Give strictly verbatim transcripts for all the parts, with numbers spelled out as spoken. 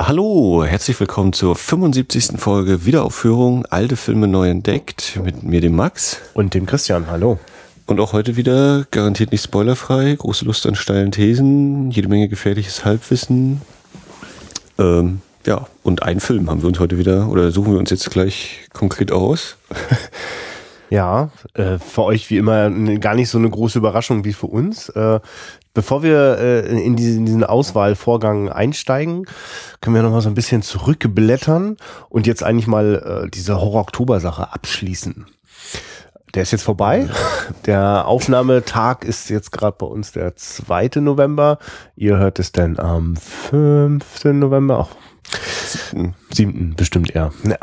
Hallo, herzlich willkommen zur fünfundsiebzigsten Folge Wiederaufführung Alte Filme neu entdeckt mit mir, dem Max. Und dem Christian, hallo. Und auch heute wieder garantiert nicht spoilerfrei, große Lust an steilen Thesen, jede Menge gefährliches Halbwissen. Ähm, ja, und einen Film haben wir uns heute wieder, oder suchen wir uns jetzt gleich konkret aus. Ja, äh, für euch wie immer gar nicht so eine große Überraschung wie für uns. Äh, bevor wir äh, in, diesen, in diesen Auswahlvorgang einsteigen, können wir noch mal so ein bisschen zurückblättern und jetzt eigentlich mal äh, diese Horror-Oktober-Sache abschließen. Der ist jetzt vorbei. Der Aufnahmetag ist jetzt gerade bei uns der zweite November. Ihr hört es dann am fünften November. Ach, siebten siebten bestimmt eher. Ja.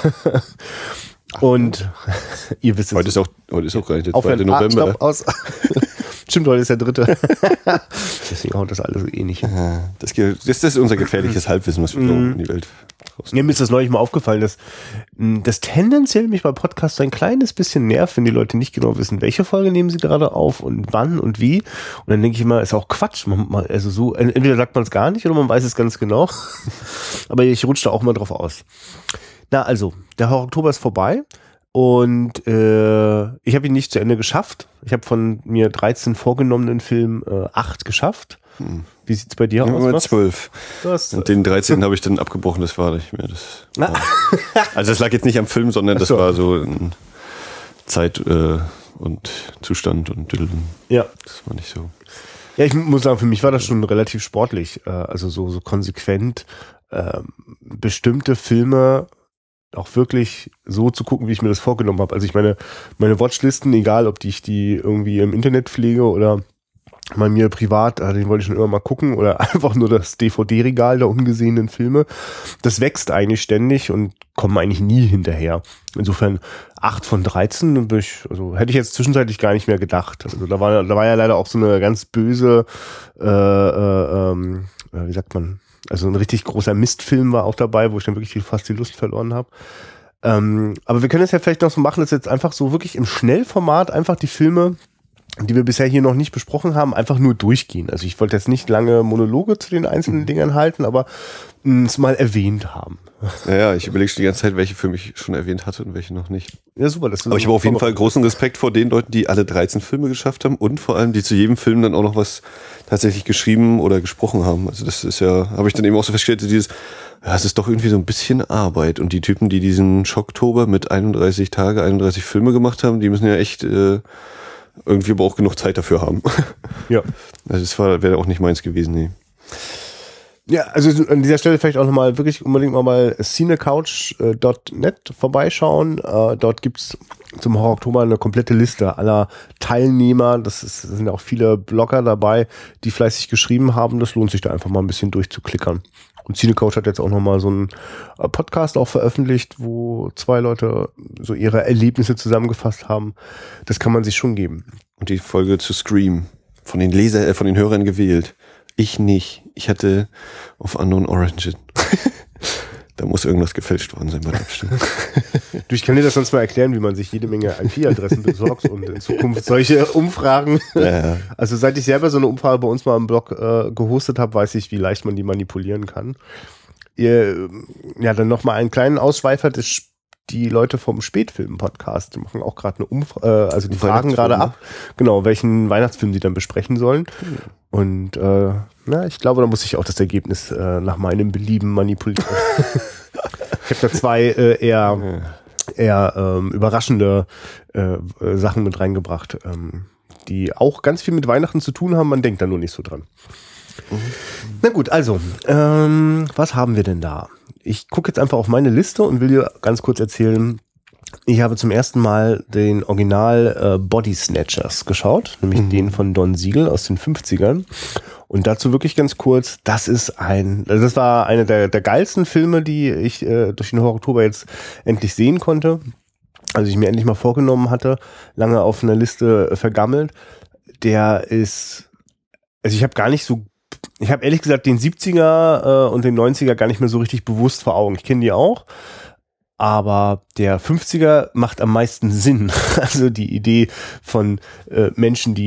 Und ihr wisst es. Heute ist auch, heute ist auch gleich der zweite November. Ah, stopp, aus. Stimmt, heute ist der dritte. Deswegen haut das alles so ähnlich. Das, das ist unser gefährliches Halbwissen, was wir mm. in die Welt rausnehmen. Mir ist das neulich mal aufgefallen, dass das tendenziell mich bei Podcasts ein kleines bisschen nervt, wenn die Leute nicht genau wissen, welche Folge nehmen sie gerade auf und wann und wie. Und dann denke ich immer, ist auch Quatsch. Man, man, also so, entweder sagt man es gar nicht oder man weiß es ganz genau. Aber ich rutsche da auch mal drauf aus. Na also, der Horror-Oktober ist vorbei und äh, ich habe ihn nicht zu Ende geschafft. Ich habe von mir dreizehn vorgenommenen Filmen äh, acht geschafft. Hm. Wie sieht's bei dir ja, aus? zwölf. Und den dreizehnten habe ich dann abgebrochen, das war nicht mehr. Das war, also das lag jetzt nicht am Film, sondern das so. war so ein Zeit äh, und Zustand und Düdeln. Ja. Das war nicht so. Ja, ich muss sagen, für mich war das schon relativ sportlich. Äh, also so, so konsequent äh, bestimmte Filme auch wirklich so zu gucken, wie ich mir das vorgenommen habe. Also ich meine, meine Watchlisten, egal ob die ich die irgendwie im Internet pflege oder bei mir privat, den wollte ich schon immer mal gucken, oder einfach nur das D V D-Regal der ungesehenen Filme, das wächst eigentlich ständig und kommen eigentlich nie hinterher. Insofern acht von dreizehn, also hätte ich jetzt zwischenzeitlich gar nicht mehr gedacht. Also da war, da war ja leider auch so eine ganz böse, äh, äh, ähm, wie sagt man, also ein richtig großer Mistfilm war auch dabei, wo ich dann wirklich fast die Lust verloren habe. Ähm, aber wir können es ja vielleicht noch so machen, dass jetzt einfach so wirklich im Schnellformat einfach die Filme, die wir bisher hier noch nicht besprochen haben, einfach nur durchgehen. Also ich wollte jetzt nicht lange Monologe zu den einzelnen mhm. Dingern halten, aber es mal erwähnt haben. Ja, ja, ich überlege schon die ganze Zeit, welche Filme ich schon erwähnt hatte und welche noch nicht. Ja, super. Das aber ich habe auf jeden Fall großen Respekt vor den Leuten, die alle dreizehn Filme geschafft haben und vor allem, die zu jedem Film dann auch noch was tatsächlich geschrieben oder gesprochen haben. Also das ist ja, habe ich dann eben auch so festgestellt, dieses, ja, es ist doch irgendwie so ein bisschen Arbeit. Und die Typen, die diesen Schocktober mit einunddreißig Tage, einunddreißig Filme gemacht haben, die müssen ja echt äh, irgendwie aber auch genug Zeit dafür haben. Ja. Also das war, wäre auch nicht meins gewesen, nee. Ja, also an dieser Stelle vielleicht auch nochmal wirklich unbedingt mal cinecouch Punkt net vorbeischauen. Äh, dort gibt's zum Horror-Oktober eine komplette Liste aller Teilnehmer. Das, ist, das sind ja auch viele Blogger dabei, die fleißig geschrieben haben. Das lohnt sich da einfach mal ein bisschen durchzuklickern. Und cinecouch hat jetzt auch nochmal so einen Podcast auch veröffentlicht, wo zwei Leute so ihre Erlebnisse zusammengefasst haben. Das kann man sich schon geben. Und die Folge zu Scream von den Leser, äh, von den Hörern gewählt. Ich nicht. Ich hatte auf Unknown Origin. Da muss irgendwas gefälscht worden sein bei der Abstimmung. Du, ich kann dir das sonst mal erklären, wie man sich jede Menge I P-Adressen besorgt und in Zukunft solche Umfragen. Ja. Also seit ich selber so eine Umfrage bei uns mal im Blog äh, gehostet habe, weiß ich, wie leicht man die manipulieren kann. Ihr, ja, dann nochmal einen kleinen Ausschweifer des Die Leute vom Spätfilm-Podcast, die machen auch gerade eine Umfrage, äh, also die fragen gerade ab, genau, welchen Weihnachtsfilm sie dann besprechen sollen. Mhm. Und äh, na, ich glaube, da muss ich auch das Ergebnis äh, nach meinem Belieben manipulieren. Ich habe da zwei äh, eher, eher ähm, überraschende äh, Sachen mit reingebracht, ähm, die auch ganz viel mit Weihnachten zu tun haben, man denkt da nur nicht so dran. Mhm. Na gut, also, ähm, was haben wir denn da? Ich gucke jetzt einfach auf meine Liste und will dir ganz kurz erzählen, ich habe zum ersten Mal den Original äh, Body Snatchers geschaut, nämlich mhm. den von Don Siegel aus den fünfzigern. Und dazu wirklich ganz kurz, das ist ein, also das war einer der, der geilsten Filme, die ich äh, durch den Horror-Oktober jetzt endlich sehen konnte. Also ich mir endlich mal vorgenommen hatte, lange auf einer Liste vergammelt. Der ist, also ich habe gar nicht so Ich habe ehrlich gesagt den siebziger äh, und den neunziger gar nicht mehr so richtig bewusst vor Augen. Ich kenne die auch, aber der fünfziger macht am meisten Sinn. Also die Idee von äh, Menschen, die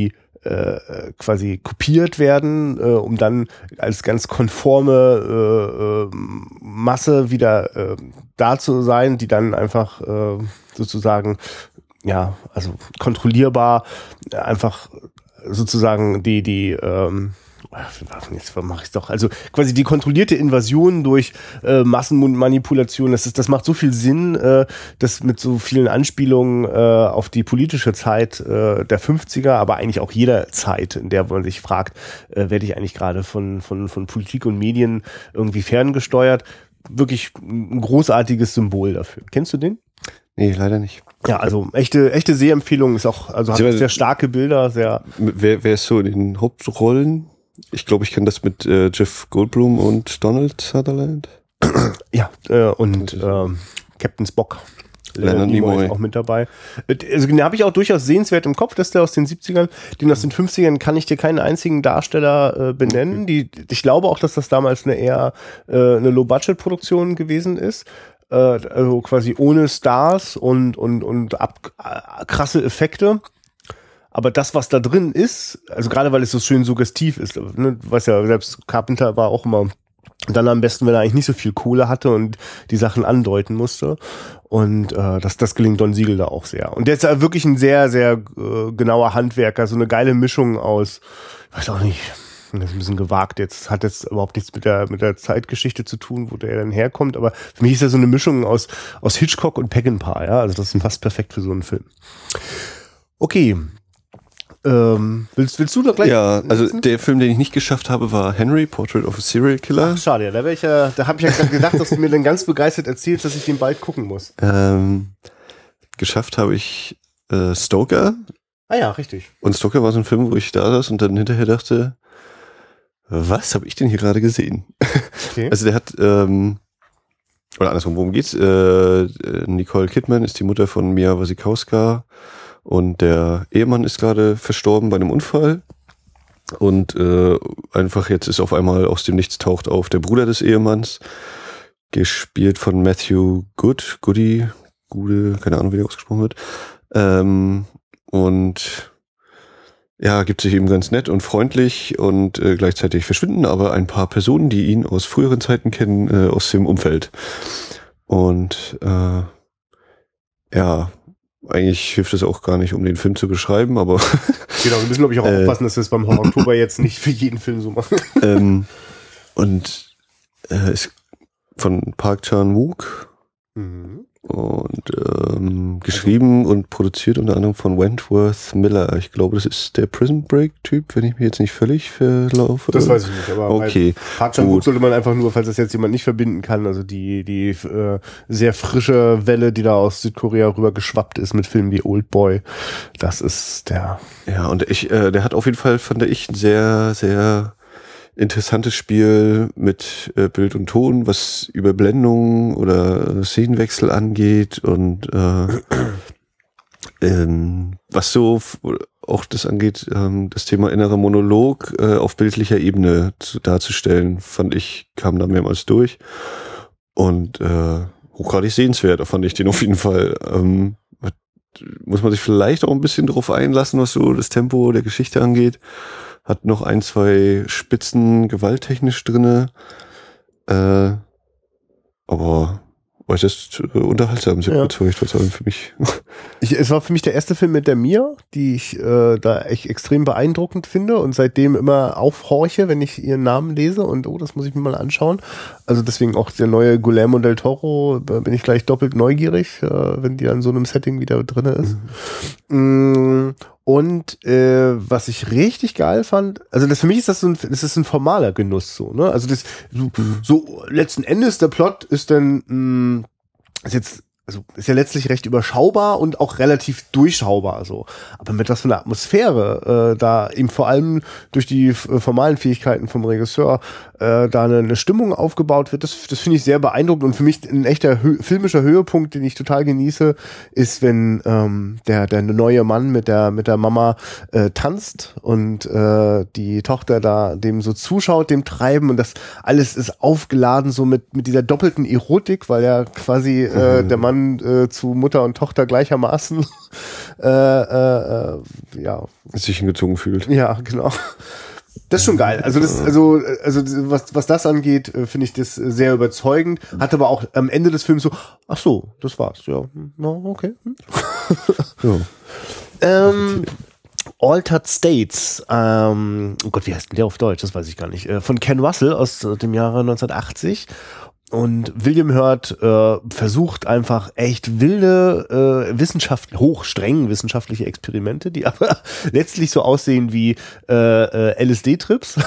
äh, quasi kopiert werden, äh, um dann als ganz konforme äh, äh, Masse wieder äh, da zu sein, die dann einfach äh, sozusagen ja, also kontrollierbar einfach sozusagen die die ähm, jetzt mache ich es doch. Also quasi die kontrollierte Invasion durch äh, Massenmanipulation, das ist, das macht so viel Sinn, äh, das mit so vielen Anspielungen äh, auf die politische Zeit äh, der fünfziger, aber eigentlich auch jeder Zeit, in der man sich fragt, äh, werde ich eigentlich gerade von von von Politik und Medien irgendwie ferngesteuert? Wirklich ein großartiges Symbol dafür. Kennst du den? Nee, leider nicht. Ja, also echte echte Sehempfehlung, ist auch, also hat sehr starke Bilder, sehr. Wer, wer ist so in den Hauptrollen? Ich glaube, ich kenne das mit äh, Jeff Goldblum und Donald Sutherland. Ja, äh, und äh, Captain Spock. Leonard Nimoy ist auch mit dabei. Also, den habe ich auch durchaus sehenswert im Kopf, dass der aus den siebzigern, den aus den fünfzigern kann ich dir keinen einzigen Darsteller äh, benennen. Die, ich glaube auch, dass das damals eine eher äh, eine Low-Budget-Produktion gewesen ist. Äh, also quasi ohne Stars und, und, und ab, äh, krasse Effekte. Aber das, was da drin ist, also gerade weil es so schön suggestiv ist, ne, du weißt ja, selbst Carpenter war auch immer dann am besten, wenn er eigentlich nicht so viel Kohle hatte und die Sachen andeuten musste. Und äh, das, das gelingt Don Siegel da auch sehr. Und der ist ja wirklich ein sehr, sehr äh, genauer Handwerker, so eine geile Mischung aus, ich weiß auch nicht, das ist ein bisschen gewagt jetzt, hat jetzt überhaupt nichts mit der mit der Zeitgeschichte zu tun, wo der dann herkommt, aber für mich ist er so eine Mischung aus aus Hitchcock und Peckinpah, ja, also das ist fast perfekt für so einen Film. Okay. Ähm, willst, willst du noch gleich? Ja, also der Film, den ich nicht geschafft habe, war Henry, Portrait of a Serial Killer. Ach, schade, ja, da wäre ich ja, da habe ich ja gerade gedacht, dass du mir dann ganz begeistert erzählst, dass ich den bald gucken muss. Ähm, geschafft habe ich äh, Stoker. Ah ja, richtig. Und Stoker war so ein Film, wo ich da saß und dann hinterher dachte, was habe ich denn hier gerade gesehen? Okay. Also der hat, ähm, oder andersrum, worum geht's? Äh, Nicole Kidman ist die Mutter von Mia Wasikowska. Und der Ehemann ist gerade verstorben bei einem Unfall. Und äh, einfach jetzt ist auf einmal aus dem Nichts taucht auf der Bruder des Ehemanns, gespielt von Matthew Good, Goody, Gude, keine Ahnung, wie der ausgesprochen wird. Ähm, und ja, gibt sich eben ganz nett und freundlich und äh, gleichzeitig verschwinden aber ein paar Personen, die ihn aus früheren Zeiten kennen, äh, aus dem Umfeld. Und äh, ja, eigentlich hilft es auch gar nicht, um den Film zu beschreiben, aber genau, wir müssen, glaube ich, auch äh, aufpassen, dass wir es beim Horror Oktober jetzt nicht für jeden Film so machen. ähm, und äh, ist von Park Chan-wook mhm. und ähm, geschrieben also, und produziert unter anderem von Wentworth Miller. Ich glaube, das ist der Prison Break-Typ, wenn ich mich jetzt nicht völlig verlaufe. Das weiß ich nicht, aber okay. Park Chan-wook sollte man einfach nur, falls das jetzt jemand nicht verbinden kann, also die die äh, sehr frische Welle, die da aus Südkorea rüber geschwappt ist mit Filmen wie Oldboy, das ist der. Ja, und ich, äh, der hat auf jeden Fall, fand ich, ein sehr, sehr interessantes Spiel mit äh, Bild und Ton, was Überblendungen oder Szenenwechsel angeht und äh, ähm, was so auch das angeht, ähm, das Thema innerer Monolog äh, auf bildlicher Ebene zu, darzustellen, fand ich, kam da mehrmals durch und äh, hochgradig sehenswert, da fand ich den auf jeden Fall. Ähm, muss man sich vielleicht auch ein bisschen drauf einlassen, was so das Tempo der Geschichte angeht. Hat noch ein, zwei Spitzen gewalttechnisch drinne. Äh, aber äußerst äh, unterhaltsam, sehr ja. überzeugt, was für mich. Ich, es war für mich der erste Film mit der Mia, die ich äh, da echt extrem beeindruckend finde und seitdem immer aufhorche, wenn ich ihren Namen lese und oh, das muss ich mir mal anschauen. Also deswegen auch der neue Guillermo del Toro, da bin ich gleich doppelt neugierig, äh, wenn die an so einem Setting wieder drinne ist. Mhm. Und äh, was ich richtig geil fand, also das für mich ist das so ein, das ist ein formaler Genuss so, ne? Also das so, so letzten Endes der Plot ist dann mh, ist jetzt also ist ja letztlich recht überschaubar und auch relativ durchschaubar so. Aber mit was für einer Atmosphäre äh, da eben vor allem durch die f- formalen Fähigkeiten vom Regisseur äh, da eine, eine Stimmung aufgebaut wird, das, das finde ich sehr beeindruckend. Und für mich ein echter hö- filmischer Höhepunkt, den ich total genieße, ist, wenn ähm, der der neue Mann mit der mit der Mama äh, tanzt und äh, die Tochter da dem so zuschaut, dem Treiben, und das alles ist aufgeladen so mit mit dieser doppelten Erotik, weil ja quasi äh, der Mann schon äh, zu Mutter und Tochter gleichermaßen äh, äh, äh, ja. sich hingezogen fühlt. Ja, genau. Das ist schon geil. Also das, also, also was, was das angeht, finde ich das sehr überzeugend. Hat aber auch am Ende des Films so, ach so, das war's. Ja, no, okay. Hm. Ja. ähm, Altered States, ähm, oh Gott, wie heißt denn der auf Deutsch? Das weiß ich gar nicht. Äh, von Ken Russell aus dem Jahre neunzehnhundertachtzig. Und William Hurt äh, versucht einfach echt wilde, äh, Wissenschaft, hochstreng wissenschaftliche Experimente, die aber letztlich so aussehen wie äh, äh, L S D-Trips.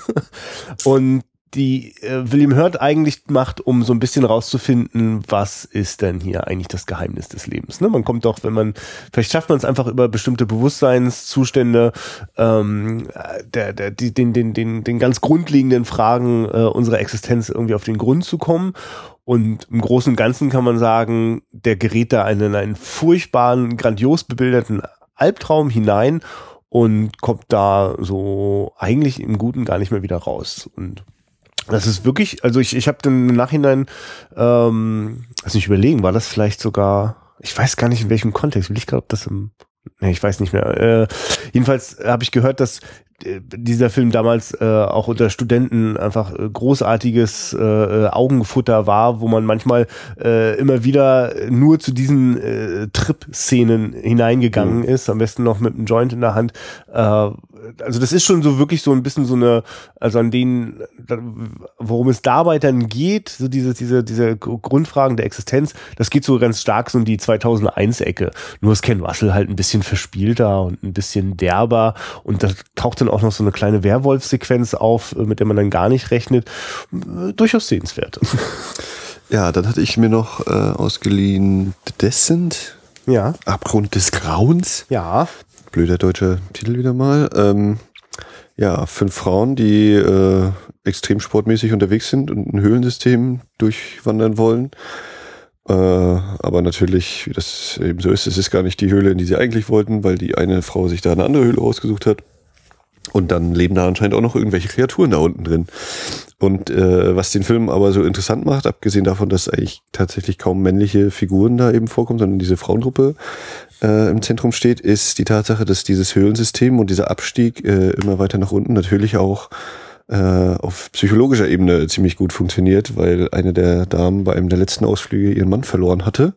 Und die äh, William Hurt eigentlich macht, um so ein bisschen rauszufinden, was ist denn hier eigentlich das Geheimnis des Lebens. Ne? Man kommt doch, wenn man, vielleicht schafft man es einfach über bestimmte Bewusstseinszustände, ähm, der, der, die, den, den, den, den ganz grundlegenden Fragen äh, unserer Existenz irgendwie auf den Grund zu kommen. Und im Großen und Ganzen kann man sagen, der gerät da in einen furchtbaren, grandios bebilderten Albtraum hinein und kommt da so eigentlich im Guten gar nicht mehr wieder raus. Und das ist wirklich, also ich, ich habe dann im Nachhinein, ähm, also nicht überlegen, war das vielleicht sogar, ich weiß gar nicht in welchem Kontext, will ich glaube, das im, nee, ich weiß nicht mehr. Äh, jedenfalls habe ich gehört, dass äh, dieser Film damals äh, auch unter Studenten einfach äh, großartiges äh, Augenfutter war, wo man manchmal äh, immer wieder nur zu diesen äh, Trip-Szenen hineingegangen mhm. ist, am besten noch mit einem Joint in der Hand. Äh, also das ist schon so wirklich so ein bisschen so eine, also an denen, worum es dabei dann geht, so diese, diese, diese Grundfragen der Existenz, das geht so ganz stark so in die zweitausendeins-Ecke. Nur ist Ken Russell halt ein bisschen verspielter und ein bisschen derber und da taucht dann auch noch so eine kleine Werwolf-Sequenz auf, mit der man dann gar nicht rechnet. Durchaus sehenswert. Ja, dann hatte ich mir noch äh, ausgeliehen The Descent. Ja. Abgrund des Grauens. Ja. Blöder deutscher Titel wieder mal. Ähm, ja, fünf Frauen, die äh, extrem sportmäßig unterwegs sind und ein Höhlensystem durchwandern wollen. Äh, aber natürlich, wie das eben so ist, es ist gar nicht die Höhle, in die sie eigentlich wollten, weil die eine Frau sich da eine andere Höhle ausgesucht hat. Und dann leben da anscheinend auch noch irgendwelche Kreaturen da unten drin. Und äh, was den Film aber so interessant macht, abgesehen davon, dass eigentlich tatsächlich kaum männliche Figuren da eben vorkommen, sondern diese Frauengruppe äh, im Zentrum steht, ist die Tatsache, dass dieses Höhlensystem und dieser Abstieg äh, immer weiter nach unten natürlich auch äh, auf psychologischer Ebene ziemlich gut funktioniert, weil eine der Damen bei einem der letzten Ausflüge ihren Mann verloren hatte,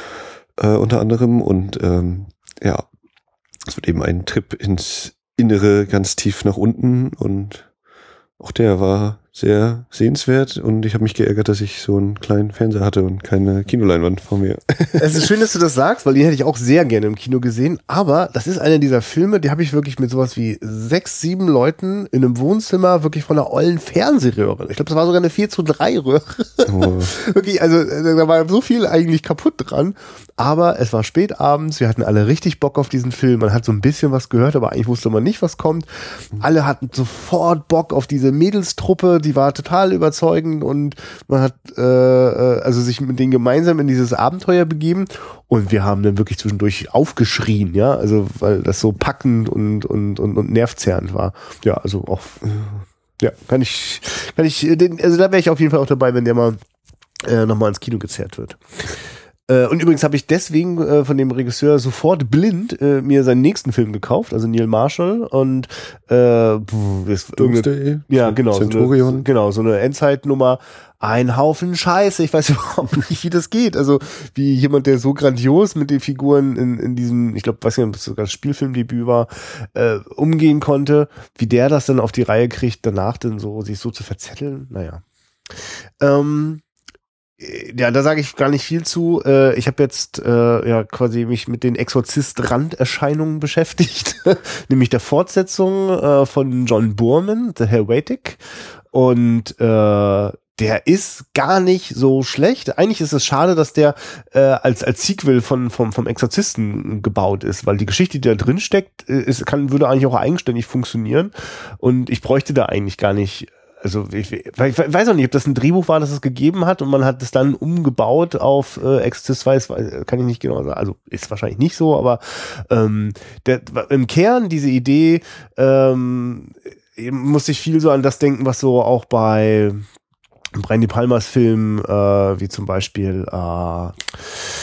äh, unter anderem. Und ähm, ja, es wird eben ein Trip ins Innere ganz tief nach unten und auch der war sehr sehenswert und ich habe mich geärgert, dass ich so einen kleinen Fernseher hatte und keine Kinoleinwand vor mir. Es ist schön, dass du das sagst, weil den hätte ich auch sehr gerne im Kino gesehen, aber das ist einer dieser Filme, die habe ich wirklich mit sowas wie sechs, sieben Leuten in einem Wohnzimmer wirklich von einer ollen Fernsehröhre. Ich glaube, das war sogar eine vier zu drei Röhre. Oh. Wirklich, also da war so viel eigentlich kaputt dran, aber es war spät abends, wir hatten alle richtig Bock auf diesen Film, man hat so ein bisschen was gehört, aber eigentlich wusste man nicht, was kommt. Alle hatten sofort Bock auf diese Mädelstruppe, die war total überzeugend und man hat äh, also sich mit denen gemeinsam in dieses Abenteuer begeben und wir haben dann wirklich zwischendurch aufgeschrien, ja, also weil das so packend und und und, und nervzerrend war. Ja, also auch ja, kann ich kann ich den, also da wäre ich auf jeden Fall auch dabei, wenn der mal äh, nochmal ins Kino gezerrt wird. Äh, und übrigens habe ich deswegen äh, von dem Regisseur sofort blind äh, mir seinen nächsten Film gekauft, also Neil Marshall und äh, ist ja genau Centurion. So eine, genau so eine Endzeitnummer, ein Haufen Scheiße, ich weiß überhaupt nicht, wie das geht, also wie jemand, der so grandios mit den Figuren in, in diesem, ich glaube, weiß nicht, ob es sogar das Spielfilmdebüt war, äh, umgehen konnte, wie der das dann auf die Reihe kriegt, danach dann so sich so zu verzetteln, naja. Ähm Ja, da sage ich gar nicht viel zu. Ich habe jetzt äh, ja quasi mich mit den Exorzist-Randerscheinungen beschäftigt, nämlich der Fortsetzung äh, von John Boorman, The Helvetic. Und äh, der ist gar nicht so schlecht. Eigentlich ist es schade, dass der äh, als als Sequel von vom vom Exorzisten gebaut ist, weil die Geschichte, die da drin steckt, ist, kann würde eigentlich auch eigenständig funktionieren. Und ich bräuchte da eigentlich gar nicht. Also ich, ich weiß auch nicht, ob das ein Drehbuch war, das es gegeben hat und man hat es dann umgebaut auf äh, Exorcist zwei, kann ich nicht genau sagen. Also ist wahrscheinlich nicht so, aber ähm, der, im Kern diese Idee ähm, musste ich viel so an das denken, was so auch bei Brian De Palmas Film, äh, wie zum Beispiel äh,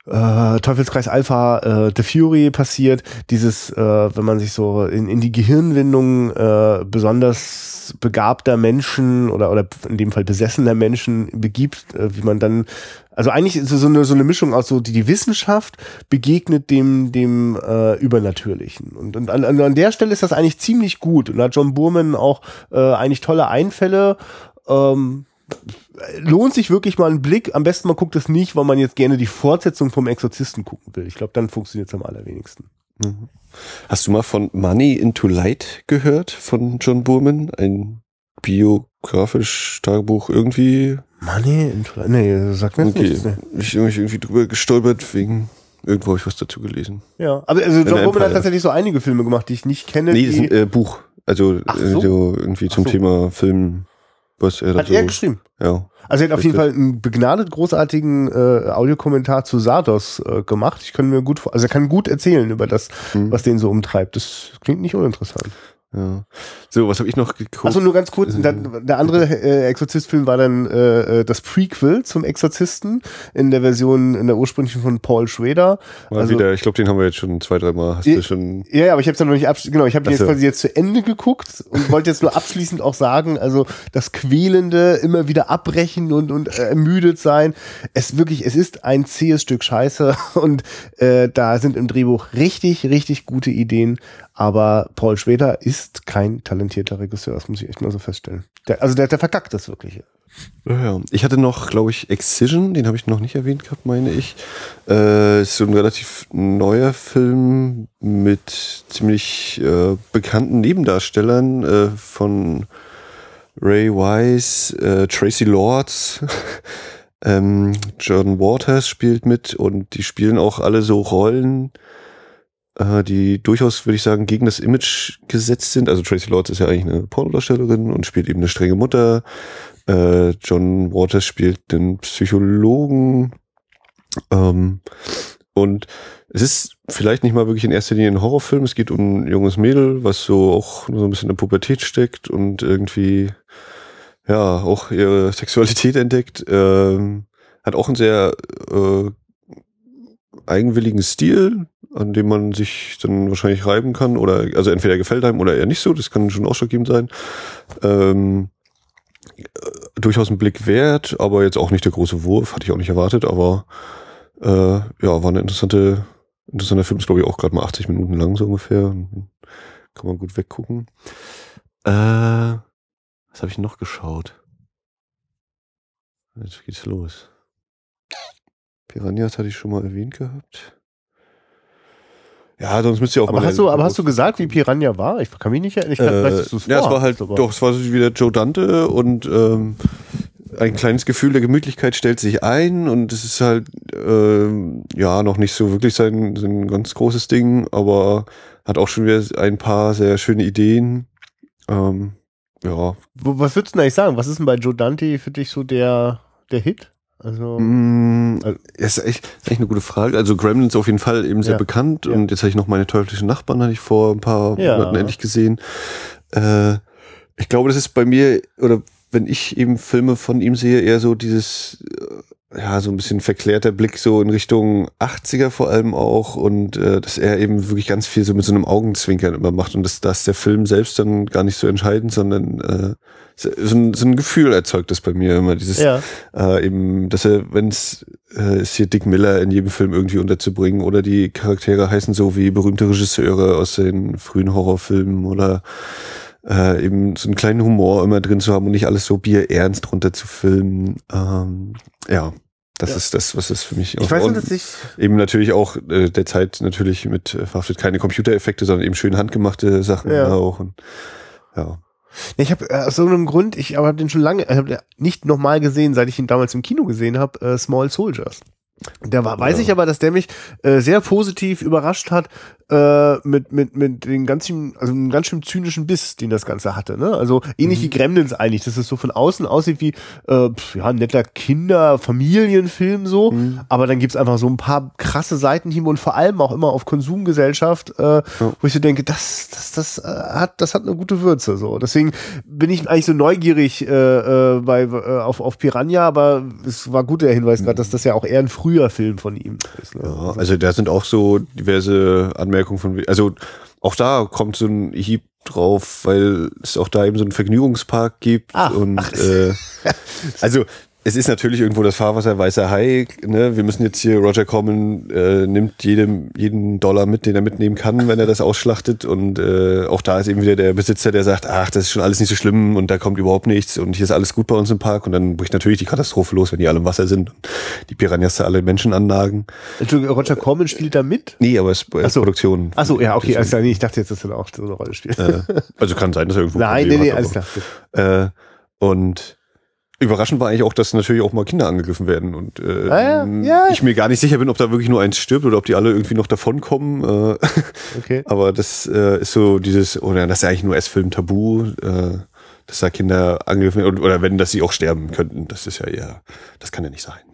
äh, Teufelskreis Alpha, äh, The Fury passiert. Dieses, äh, wenn man sich so in, in die Gehirnwindung äh, besonders begabter Menschen oder, oder in dem Fall besessener Menschen begibt, äh, wie man dann, also eigentlich ist es so eine, so eine Mischung aus so, die, die Wissenschaft begegnet dem, dem äh, Übernatürlichen. Und, und an, an der Stelle ist das eigentlich ziemlich gut. Und da hat John Boorman auch äh, eigentlich tolle Einfälle. Ähm, lohnt sich wirklich mal ein Blick. Am besten man guckt es nicht, weil man jetzt gerne die Fortsetzung vom Exorzisten gucken will. Ich glaube, dann funktioniert es am allerwenigsten. Mhm. Hast du mal von Money into Light gehört von John Boorman? Ein biografisch Tagebuch irgendwie? Money into Light? Nee, sag mir okay. nichts. Nee. Ich bin irgendwie drüber gestolpert, wegen irgendwo habe ich was dazu gelesen. Ja, aber also John Boorman hat tatsächlich so einige Filme gemacht, die ich nicht kenne. Nee, das ist ein äh, Buch. Also so? so irgendwie zum so. Thema Film. Was er hat so, er geschrieben? Ja. Also er hat auf jeden Fall einen begnadet großartigen äh, Audiokommentar zu Sardos äh, gemacht. Ich kann mir gut, also er kann gut erzählen über das, hm. was den so umtreibt. Das klingt nicht uninteressant. Ja. So, was habe ich noch geguckt? Achso, nur ganz kurz. Der, der andere äh, Exorzist-Film war dann äh, das Prequel zum Exorzisten in der Version, in der ursprünglichen von Paul Schrader. Mal also, wieder, ich glaube, den haben wir jetzt schon zwei, dreimal. Hast ja, du schon? Ja, aber ich habe es ja noch nicht abschließend, genau, ich habe den jetzt so. quasi jetzt zu Ende geguckt und wollte jetzt nur abschließend auch sagen, also das quälende, immer wieder abbrechen und, und äh, ermüdet sein. Es wirklich, es ist ein zähes Stück Scheiße und äh, da sind im Drehbuch richtig, richtig gute Ideen. Aber Paul Schrader ist kein talentierter Regisseur, das muss ich echt mal so feststellen. Der, also der, der verkackt das wirklich. Ja, ich hatte noch, glaube ich, Excision, den habe ich noch nicht erwähnt gehabt, meine ich. Äh, ist so ein relativ neuer Film mit ziemlich äh, bekannten Nebendarstellern äh, von Ray Wise, äh, Tracy Lords, ähm, Jordan Waters spielt mit und die spielen auch alle so Rollen, die durchaus, würde ich sagen, gegen das Image gesetzt sind. Also Tracy Lords ist ja eigentlich eine Pornodarstellerin und spielt eben eine strenge Mutter. Äh, John Waters spielt den Psychologen. Ähm, und es ist vielleicht nicht mal wirklich in erster Linie ein Horrorfilm. Es geht um ein junges Mädel, was so auch so ein bisschen in der Pubertät steckt und irgendwie ja auch ihre Sexualität entdeckt. Ähm, hat auch einen sehr äh, eigenwilligen Stil, an dem man sich dann wahrscheinlich reiben kann oder, also entweder gefällt einem oder eher nicht so, das kann schon ausschlaggebend sein. Ähm, äh, durchaus ein Blick wert, aber jetzt auch nicht der große Wurf, hatte ich auch nicht erwartet, aber äh, ja, war eine interessante, interessanter Film, ist glaube ich auch gerade mal achtzig Minuten lang so ungefähr, kann man gut weggucken. Äh, was habe ich noch geschaut? Jetzt geht's los. Piranhas hatte ich schon mal erwähnt gehabt. Ja, sonst müsst ihr auch aber mal... Hast du, aber hast du gesagt, wie Piranha war? Ich kann mich nicht erinnern. Ich kann, äh, weißt du es ja, vor, es war halt, aber. doch, es war so wie der Joe Dante und ähm, ein kleines Gefühl der Gemütlichkeit stellt sich ein und es ist halt ähm, ja noch nicht so wirklich sein, sein ganz großes Ding, aber hat auch schon wieder ein paar sehr schöne Ideen. Ähm, ja. Was würdest du denn eigentlich sagen? Was ist denn bei Joe Dante für dich so der, der Hit? Also, mm, also ist echt, ist echt eine gute Frage. Also Gremlins auf jeden Fall eben sehr ja, bekannt ja. und jetzt habe ich noch meine teuflischen Nachbarn, hatte ich vor ein paar ja. Monaten endlich gesehen. Äh, ich glaube, das ist bei mir, oder wenn ich eben Filme von ihm sehe, eher so dieses, ja, so ein bisschen verklärter Blick so in Richtung achtziger vor allem auch und äh, dass er eben wirklich ganz viel so mit so einem Augenzwinkern immer macht und dass das der Film selbst dann gar nicht so entscheidend, sondern äh, so ein, so ein Gefühl erzeugt das bei mir immer, dieses ja. äh, eben, dass er, wenn es äh, ist hier Dick Miller in jedem Film irgendwie unterzubringen oder die Charaktere heißen so wie berühmte Regisseure aus den frühen Horrorfilmen oder äh, eben so einen kleinen Humor immer drin zu haben und nicht alles so bierernst runter zu filmen. Ähm, ja, das ja. ist das, was es für mich auch ich weiß nicht, dass ich eben natürlich auch äh, der Zeit natürlich mit äh, verhaftet keine Computereffekte, sondern eben schön handgemachte Sachen ja. auch und ja. Ich habe äh, aus so einem Grund, ich habe den schon lange, ich habe nicht nochmal gesehen, seit ich ihn damals im Kino gesehen habe, äh, Small Soldiers. Da war, weiß ja. ich aber, dass der mich äh, sehr positiv überrascht hat äh, mit mit mit den ganzen, also einem ganz schön zynischen Biss, den das Ganze hatte. Ne? Also ähnlich mhm. wie Gremlins eigentlich, dass es so von außen aussieht wie äh, ja ein netter Kinder-Familienfilm so, mhm. aber dann gibt's einfach so ein paar krasse Seitenhiebe und vor allem auch immer auf Konsumgesellschaft, äh, ja. wo ich so denke, das das das äh, hat das hat eine gute Würze so. Deswegen bin ich eigentlich so neugierig äh, äh, bei äh, auf auf Piranha, aber es war gut der Hinweis mhm. gerade, dass das ja auch eher ein früher Film von ihm ist. Ne? Ja, also da sind auch so diverse Anmerkungen von, also auch da kommt so ein Hieb drauf, weil es auch da eben so einen Vergnügungspark gibt. Ach, und ach. Äh, also es ist natürlich irgendwo das Fahrwasser weißer Hai, ne? Wir müssen jetzt hier, Roger Corman äh, nimmt jedem, jeden Dollar mit, den er mitnehmen kann, wenn er das ausschlachtet, und äh, auch da ist eben wieder der Besitzer, der sagt, ach, das ist schon alles nicht so schlimm und da kommt überhaupt nichts und hier ist alles gut bei uns im Park, und dann bricht natürlich die Katastrophe los, wenn die alle im Wasser sind und die Piranhas da alle Menschen annagen. Entschuldigung, Roger Corman spielt da mit? Nee, aber es ist Ach so. Produktion. Ach so, ja, okay, also, nee, ich dachte jetzt, dass er auch so eine Rolle spielt. Äh, also kann sein, dass er irgendwo Nein, nee, nee, alles klar. Äh, und überraschend war eigentlich auch, dass natürlich auch mal Kinder angegriffen werden und äh, ah, ja. Ja. ich mir gar nicht sicher bin, ob da wirklich nur eins stirbt oder ob die alle irgendwie noch davonkommen. Äh, okay. Aber das äh, ist so dieses, oder das ist ja eigentlich nur S-Film Tabu, äh, dass da Kinder angegriffen werden, oder wenn, dass sie auch sterben könnten. Das ist ja eher, das kann ja nicht sein.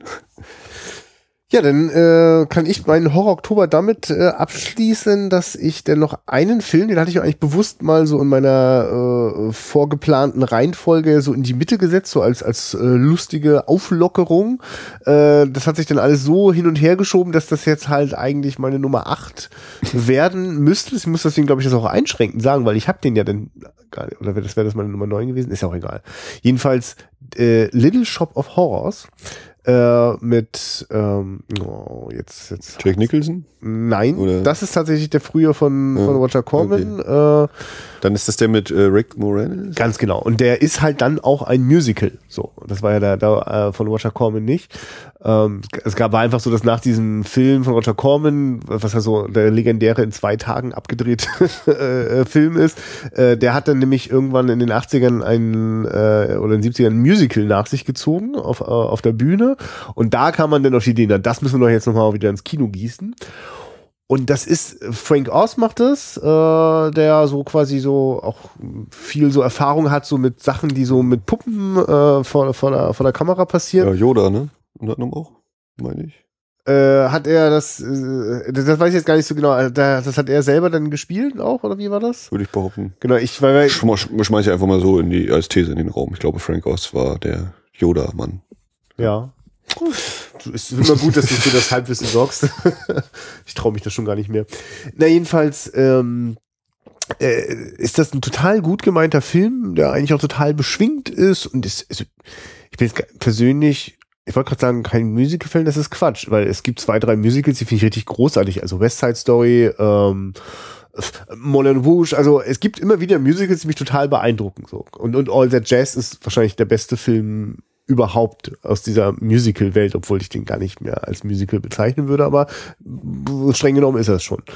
Ja, dann äh, kann ich meinen Horror-Oktober damit äh, abschließen, dass ich dann noch einen Film, den hatte ich eigentlich bewusst mal so in meiner äh, vorgeplanten Reihenfolge so in die Mitte gesetzt, so als als äh, lustige Auflockerung. Äh, das hat sich dann alles so hin und her geschoben, dass das jetzt halt eigentlich meine Nummer acht werden müsste. Ich muss deswegen, glaube ich, das auch einschränkend sagen, weil ich habe den ja dann, oder das wäre das meine Nummer neun gewesen, ist ja auch egal. Jedenfalls äh, Little Shop of Horrors. Äh, mit ähm, oh, jetzt jetzt Jack Nicholson? Nein, Oder? Das ist tatsächlich der frühe von ja, von Roger Corman. Okay. Äh, dann ist das der mit äh, Rick Moranis? Ganz genau. Und der ist halt dann auch ein Musical. So, das war ja der, der äh, von Roger Corman nicht. Ähm, es gab war einfach so, dass nach diesem Film von Roger Corman, was ja so der legendäre in zwei Tagen abgedrehte äh, Film ist, äh, der hat dann nämlich irgendwann in den achtzigern ein äh, oder in den siebzigern ein Musical nach sich gezogen auf äh, auf der Bühne. Und da kam man dann auf die Idee, na, das müssen wir doch jetzt nochmal wieder ins Kino gießen. Und das ist, Frank Oz macht das, äh, der so quasi so auch viel so Erfahrung hat, so mit Sachen, die so mit Puppen äh, vor, vor, der, vor der Kamera passieren. Ja, Yoda, ne? Unter anderem auch, meine ich. Äh, hat er das, äh, das weiß ich jetzt gar nicht so genau, das hat er selber dann gespielt auch, oder wie war das? Würde ich behaupten. Genau, ich, weil, weil schmeiß ich einfach mal so in die, als These in den Raum. Ich glaube, Frank Oz war der Yoda-Mann. Ja. Es ist immer gut, dass du für das Halbwissen sorgst. Ich traue mich das schon gar nicht mehr. Na, jedenfalls ähm, äh, ist das ein total gut gemeinter Film, der eigentlich auch total beschwingt ist. Und ist, also, ich bin jetzt persönlich, ich wollte gerade sagen, kein Musical-Film, das ist Quatsch, weil es gibt zwei, drei Musicals, die finde ich richtig großartig. Also West Side Story, ähm, Moulin Rouge, also es gibt immer wieder Musicals, die mich total beeindrucken. So. Und, und All That Jazz ist wahrscheinlich der beste Film überhaupt aus dieser Musical-Welt, obwohl ich den gar nicht mehr als Musical bezeichnen würde, aber streng genommen ist er es schon.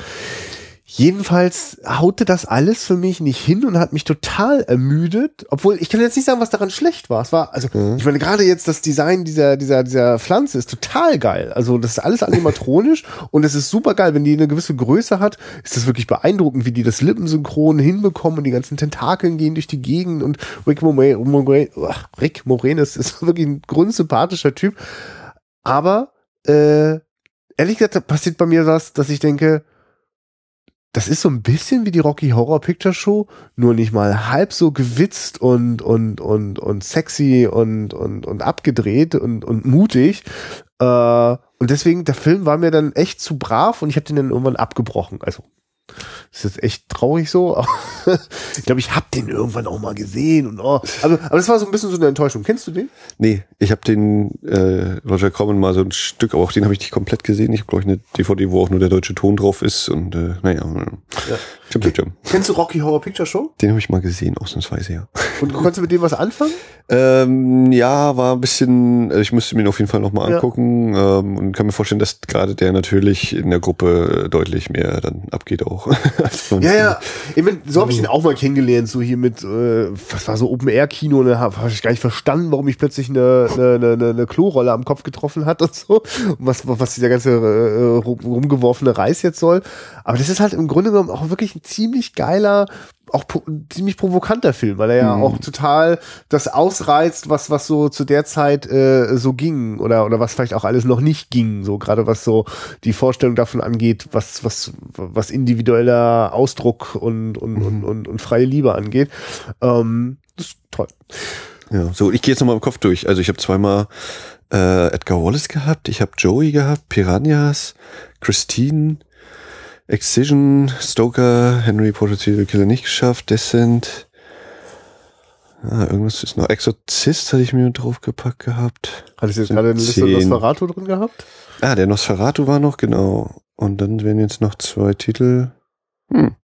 Jedenfalls haute das alles für mich nicht hin und hat mich total ermüdet, obwohl ich kann jetzt nicht sagen, was daran schlecht war. Es war, also, mhm. ich meine, gerade jetzt das Design dieser, dieser, dieser Pflanze ist total geil. Also, das ist alles animatronisch und es ist super geil. Wenn die eine gewisse Größe hat, ist das wirklich beeindruckend, wie die das Lippensynchron hinbekommen und die ganzen Tentakeln gehen durch die Gegend und Rick Moranis, Rick Moranis ist wirklich ein grundsympathischer Typ. Aber, äh, ehrlich gesagt, da passiert bei mir was, dass ich denke, das ist so ein bisschen wie die Rocky Horror Picture Show, nur nicht mal halb so gewitzt und und und und sexy und und und abgedreht und und mutig. Äh, und deswegen, der Film war mir dann echt zu brav und ich habe den dann irgendwann abgebrochen. Also das ist jetzt echt traurig so. Ich glaube, ich habe den irgendwann auch mal gesehen. Und oh. aber, aber das war so ein bisschen so eine Enttäuschung. Kennst du den? Nee, ich habe den äh, Roger Corman mal so ein Stück, aber auch den habe ich nicht komplett gesehen. Ich habe, glaube ich, eine D V D, wo auch nur der deutsche Ton drauf ist. Und äh, naja. Ja. Jump, jump, jump. Kennst du Rocky Horror Picture Show? Den habe ich mal gesehen, ausnahmsweise, ja. Und konntest du mit dem was anfangen? Ähm, ja, war ein bisschen, also ich musste mir ihn auf jeden Fall nochmal ja. angucken ähm, und kann mir vorstellen, dass gerade der natürlich in der Gruppe deutlich mehr dann abgeht auch. Ja, ja, ich mein, so habe ich ihn auch mal kennengelernt, so hier mit, äh, was war so Open-Air-Kino, da habe hab ich gar nicht verstanden, warum ich plötzlich eine, eine, eine, eine Klorolle am Kopf getroffen hat und so, und was, was dieser ganze äh, rumgeworfene Reis jetzt soll. Aber das ist halt im Grunde genommen auch wirklich ein ziemlich geiler, auch po- ziemlich provokanter Film, weil er ja mhm. auch total das ausreizt, was was so zu der Zeit äh, so ging oder oder was vielleicht auch alles noch nicht ging, so gerade was so die Vorstellung davon angeht, was was was individueller Ausdruck und und mhm. und, und und freie Liebe angeht. Ähm, das ist toll. Ja, so ich gehe jetzt nochmal im Kopf durch. Also ich habe zweimal äh, Edgar Wallace gehabt, ich habe Joey gehabt, Piranhas, Christine, Excision, Stoker, Henry Portrait Serial Killer nicht geschafft, Descent, ah, irgendwas ist noch, Exorzist hatte ich mir draufgepackt gehabt. Hattest du jetzt gerade eine Liste Nosferatu drin gehabt? Ah, der Nosferatu war noch, genau. Und dann wären jetzt noch zwei Titel. Hm.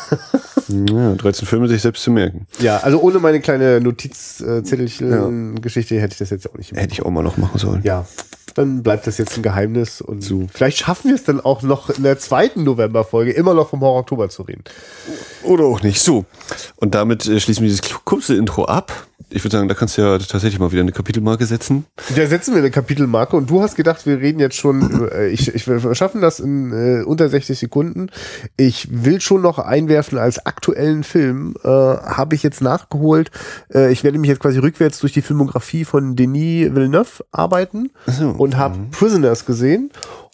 Ja, dreizehn Filme sich selbst zu merken. Ja, also ohne meine kleine Notizzettelchen-Geschichte ja. hätte ich das jetzt auch nicht gemacht. Hätte ich auch mal noch machen sollen. Ja, dann bleibt das jetzt ein Geheimnis und so. Vielleicht schaffen wir es dann auch noch in der zweiten Novemberfolge immer noch vom Horror Oktober zu reden. Oder auch nicht. So, und damit äh, schließen wir dieses kurze Intro ab. Ich würde sagen, da kannst du ja tatsächlich mal wieder eine Kapitelmarke setzen. Da setzen wir eine Kapitelmarke und du hast gedacht, wir reden jetzt schon, äh, ich, ich, wir schaffen das in äh, unter sechzig Sekunden. Ich will schon noch einwerfen als aktuellen Film, äh, habe ich jetzt nachgeholt. Äh, ich werde mich jetzt quasi rückwärts durch die Filmografie von Denis Villeneuve arbeiten so. und habe mhm. Prisoners gesehen.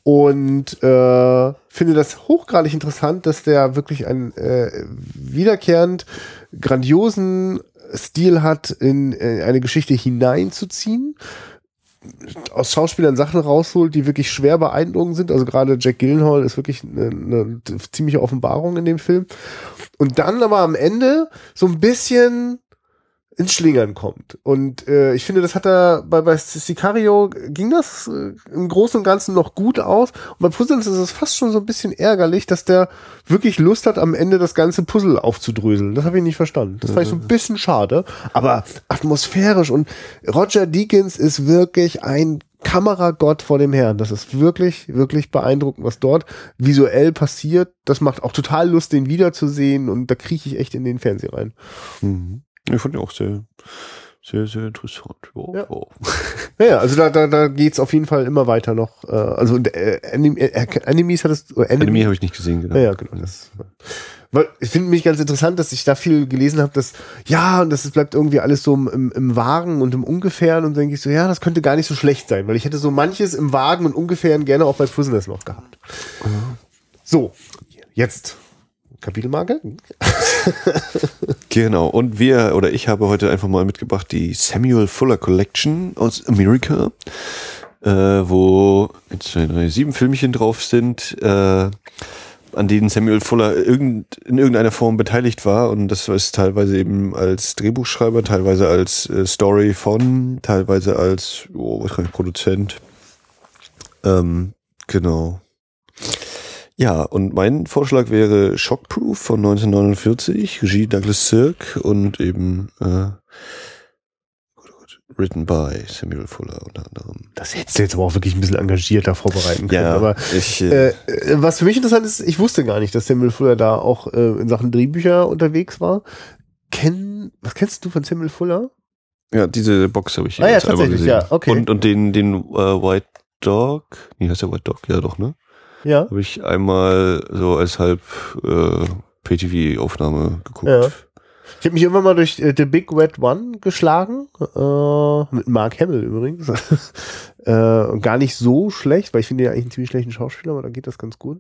Und äh, finde das hochgradig interessant, dass der wirklich einen äh, wiederkehrend grandiosen Stil hat, in, in eine Geschichte hineinzuziehen, aus Schauspielern Sachen rausholt, die wirklich schwer beeindruckend sind. Also gerade Jack Gyllenhaal ist wirklich eine, eine ziemliche Offenbarung in dem Film. Und dann aber am Ende so ein bisschen ins Schlingern kommt. Und äh, ich finde, das hat er bei, bei Sicario ging das äh, im Großen und Ganzen noch gut aus. Und bei Prisoners ist es fast schon so ein bisschen ärgerlich, dass der wirklich Lust hat, am Ende das ganze Puzzle aufzudröseln. Das habe ich nicht verstanden. Das fand ich so ein bisschen schade. Aber atmosphärisch und Roger Deakins ist wirklich ein Kameragott vor dem Herrn. Das ist wirklich, wirklich beeindruckend, was dort visuell passiert. Das macht auch total Lust, den wiederzusehen. Und da krieche ich echt in den Fernseher rein. Mhm. Ich fand ihn auch sehr, sehr, sehr interessant. Wow. Ja. Wow. Ja, also da, da, da geht's auf jeden Fall immer weiter noch. Äh, also äh, Anim äh, Enemies hattest du. Enemy, Enemy habe ich nicht gesehen, genau. Ja, ja genau. Das, weil ich finde mich ganz interessant, dass ich da viel gelesen habe, dass ja, und das bleibt irgendwie alles so im, im Wagen und im Ungefähren und dann denke ich so, ja, das könnte gar nicht so schlecht sein, weil ich hätte so manches im Wagen und Ungefähren gerne auch bei Prisoners noch gehabt. Mhm. So, jetzt Kapitelmarke. Genau, und wir, oder ich habe heute einfach mal mitgebracht die Samuel Fuller Collection aus Amerika, äh, wo eins, zwei, drei, sieben Filmchen drauf sind, äh, an denen Samuel Fuller irgend, in irgendeiner Form beteiligt war, und das ist teilweise eben als Drehbuchschreiber, teilweise als äh, Story von, teilweise als, oh, was kann ich, Produzent. Ähm, genau. Ja, und mein Vorschlag wäre Shockproof von neunzehnhundertneunundvierzig, Regie Douglas Sirk und eben äh, written by Samuel Fuller unter anderem. Das hättest du jetzt aber auch wirklich ein bisschen engagierter vorbereiten können. Ja, aber ich, äh, äh, was für mich interessant ist, ich wusste gar nicht, dass Samuel Fuller da auch äh, in Sachen Drehbücher unterwegs war. Kenn, was kennst du von Samuel Fuller? Ja, diese Box habe ich hier ah, ja, tatsächlich, gesehen. Ja, okay. Und, und den, den uh, White Dog, wie heißt der White Dog? Ja, doch, ne? Ja. Habe ich einmal so als halb äh, P T V-Aufnahme geguckt. Ja. Ich habe mich immer mal durch äh, The Big Red One geschlagen, äh, mit Mark Hamill übrigens. äh, gar nicht so schlecht, weil ich finde ja eigentlich einen ziemlich schlechten Schauspieler, aber da geht das ganz gut.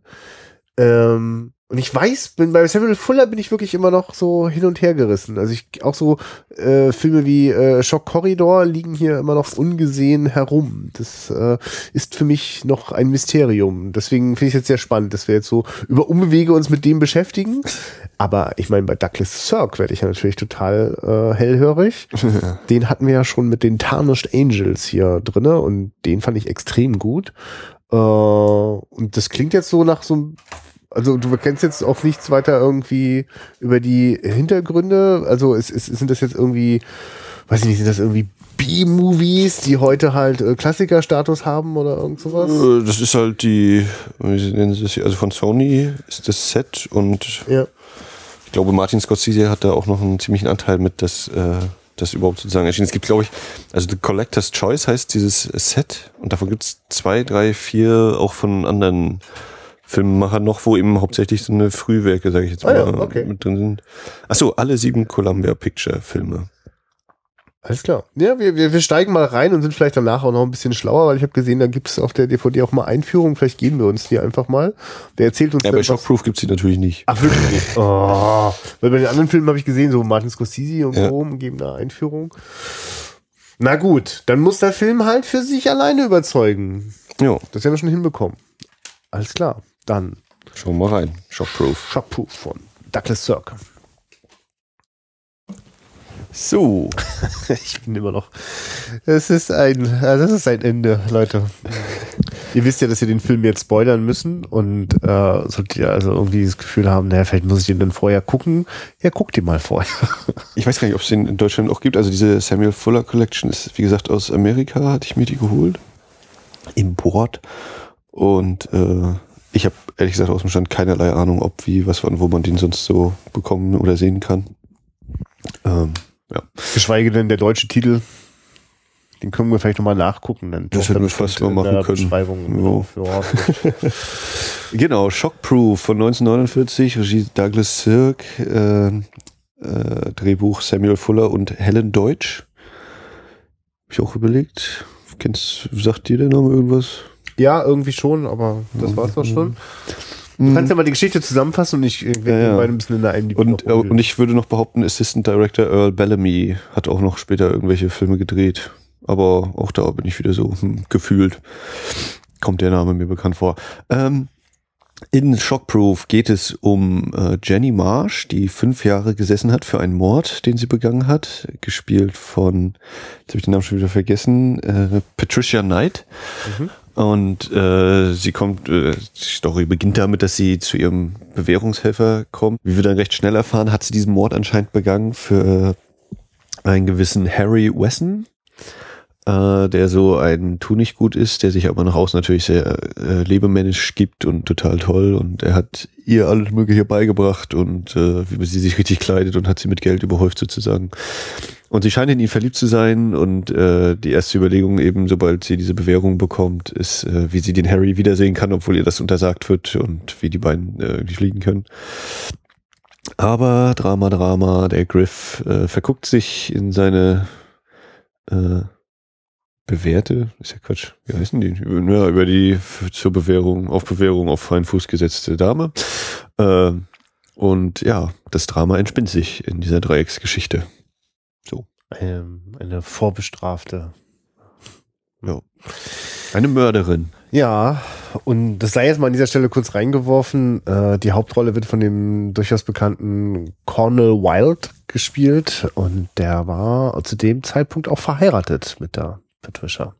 Ähm, und ich weiß, bin, bei Samuel Fuller bin ich wirklich immer noch so hin und her gerissen. Also ich auch so äh, Filme wie äh, Shock Corridor liegen hier immer noch ungesehen herum. Das äh, ist für mich noch ein Mysterium. Deswegen finde ich es jetzt sehr spannend, dass wir jetzt so über Umwege uns mit dem beschäftigen. Aber ich meine, bei Douglas Sirk werde ich ja natürlich total äh, hellhörig. Ja. Den hatten wir ja schon mit den Tarnished Angels hier drinne und den fand ich extrem gut. Äh, und das klingt jetzt so nach so einem, also du kennst jetzt auch nichts weiter irgendwie über die Hintergründe. Also es, es sind das jetzt irgendwie, weiß ich nicht, sind das irgendwie B-Movies, die heute halt äh, Klassikerstatus haben oder irgend sowas? Das ist halt die, wie nennen sie das hier, also von Sony ist das Set und ja. Ich glaube, Martin Scorsese hat da auch noch einen ziemlichen Anteil mit, dass äh, das überhaupt sozusagen erschienen. Es gibt, glaube ich, also The Collector's Choice heißt dieses Set und davon gibt es zwei, drei, vier auch von anderen Filmemachern noch, wo eben hauptsächlich so eine Frühwerke, sage ich jetzt mal, ah, ja, okay. mit drin sind. Achso, alle sieben Columbia Picture Filme. Alles klar. Ja, wir, wir, wir steigen mal rein und sind vielleicht danach auch noch ein bisschen schlauer, weil ich habe gesehen, da gibt es auf der D V D auch mal Einführungen. Vielleicht geben wir uns die einfach mal. Der erzählt uns. Ja, bei Shockproof gibt es die natürlich nicht. Ach, wirklich nicht? Oh. Weil bei den anderen Filmen habe ich gesehen, so Martin Scorsese und ja. so geben da Einführung. Na gut, dann muss der Film halt für sich alleine überzeugen. Ja. Das werden wir schon hinbekommen. Alles klar, dann. Schauen wir mal rein. Shockproof. Shockproof von Douglas Sirk. So. Ich bin immer noch. Das ist ein, das ist ein Ende, Leute. Ihr wisst ja, dass wir den Film jetzt spoilern müssen und äh, solltet ihr also irgendwie das Gefühl haben, naja, vielleicht muss ich den dann vorher gucken. Ja, guckt ihn mal vorher. Ich weiß gar nicht, ob es den in Deutschland auch gibt. Also diese Samuel Fuller Collection ist, wie gesagt, aus Amerika, hatte ich mir die geholt. Import. Und äh, ich habe ehrlich gesagt aus dem Stand keinerlei Ahnung, ob, wie, was, wann, wo man den sonst so bekommen oder sehen kann. Ähm, ja. Geschweige denn der deutsche Titel. Den können wir vielleicht nochmal nachgucken. Dann das hätten wir fast mal machen können. Beschreibung ja. Genau, Shockproof von neunzehnhundertneunundvierzig, Regie Douglas Sirk, äh, äh, Drehbuch Samuel Fuller und Helen Deutsch. Hab ich auch überlegt. Kennst, sagt dir der Name irgendwas? Ja, irgendwie schon, aber das war's doch schon. Du kannst ja mal die Geschichte zusammenfassen und ich werde ja, ja. ein bisschen in der I M D B und, und ich würde noch behaupten, Assistant Director Earl Bellamy hat auch noch später irgendwelche Filme gedreht. Aber auch da bin ich wieder so hm, gefühlt. Kommt der Name mir bekannt vor. Ähm, in Shockproof geht es um äh, Jenny Marsh, die fünf Jahre gesessen hat für einen Mord, den sie begangen hat. Gespielt von, jetzt habe ich den Namen schon wieder vergessen, äh, Patricia Knight. Mhm. Und äh, sie kommt, äh, die Story beginnt damit, dass sie zu ihrem Bewährungshelfer kommt. Wie wir dann recht schnell erfahren, hat sie diesen Mord anscheinend begangen für äh, einen gewissen Harry Wesson, äh, der so ein Tunichtgut ist, der sich aber nach außen natürlich sehr äh, lebemännisch gibt und total toll. Und er hat ihr alles Mögliche beigebracht und äh, wie sie sich richtig kleidet und hat sie mit Geld überhäuft sozusagen. Und sie scheint in ihn verliebt zu sein und äh, die erste Überlegung eben, sobald sie diese Bewährung bekommt, ist, äh, wie sie den Harry wiedersehen kann, obwohl ihr das untersagt wird und wie die beiden äh, irgendwie fliegen können. Aber Drama, Drama, der Griff äh, verguckt sich in seine äh, bewährte, ist ja Quatsch, wie heißen die? Ja, über die zur Bewährung, auf Bewährung auf freien Fuß gesetzte Dame. Äh, und ja, das Drama entspinnt sich in dieser Dreiecksgeschichte. So. Eine, eine vorbestrafte. Ja. Eine Mörderin. Ja, und das sei jetzt mal an dieser Stelle kurz reingeworfen. Äh, die Hauptrolle wird von dem durchaus bekannten Cornel Wilde gespielt und der war zu dem Zeitpunkt auch verheiratet mit der Patricia.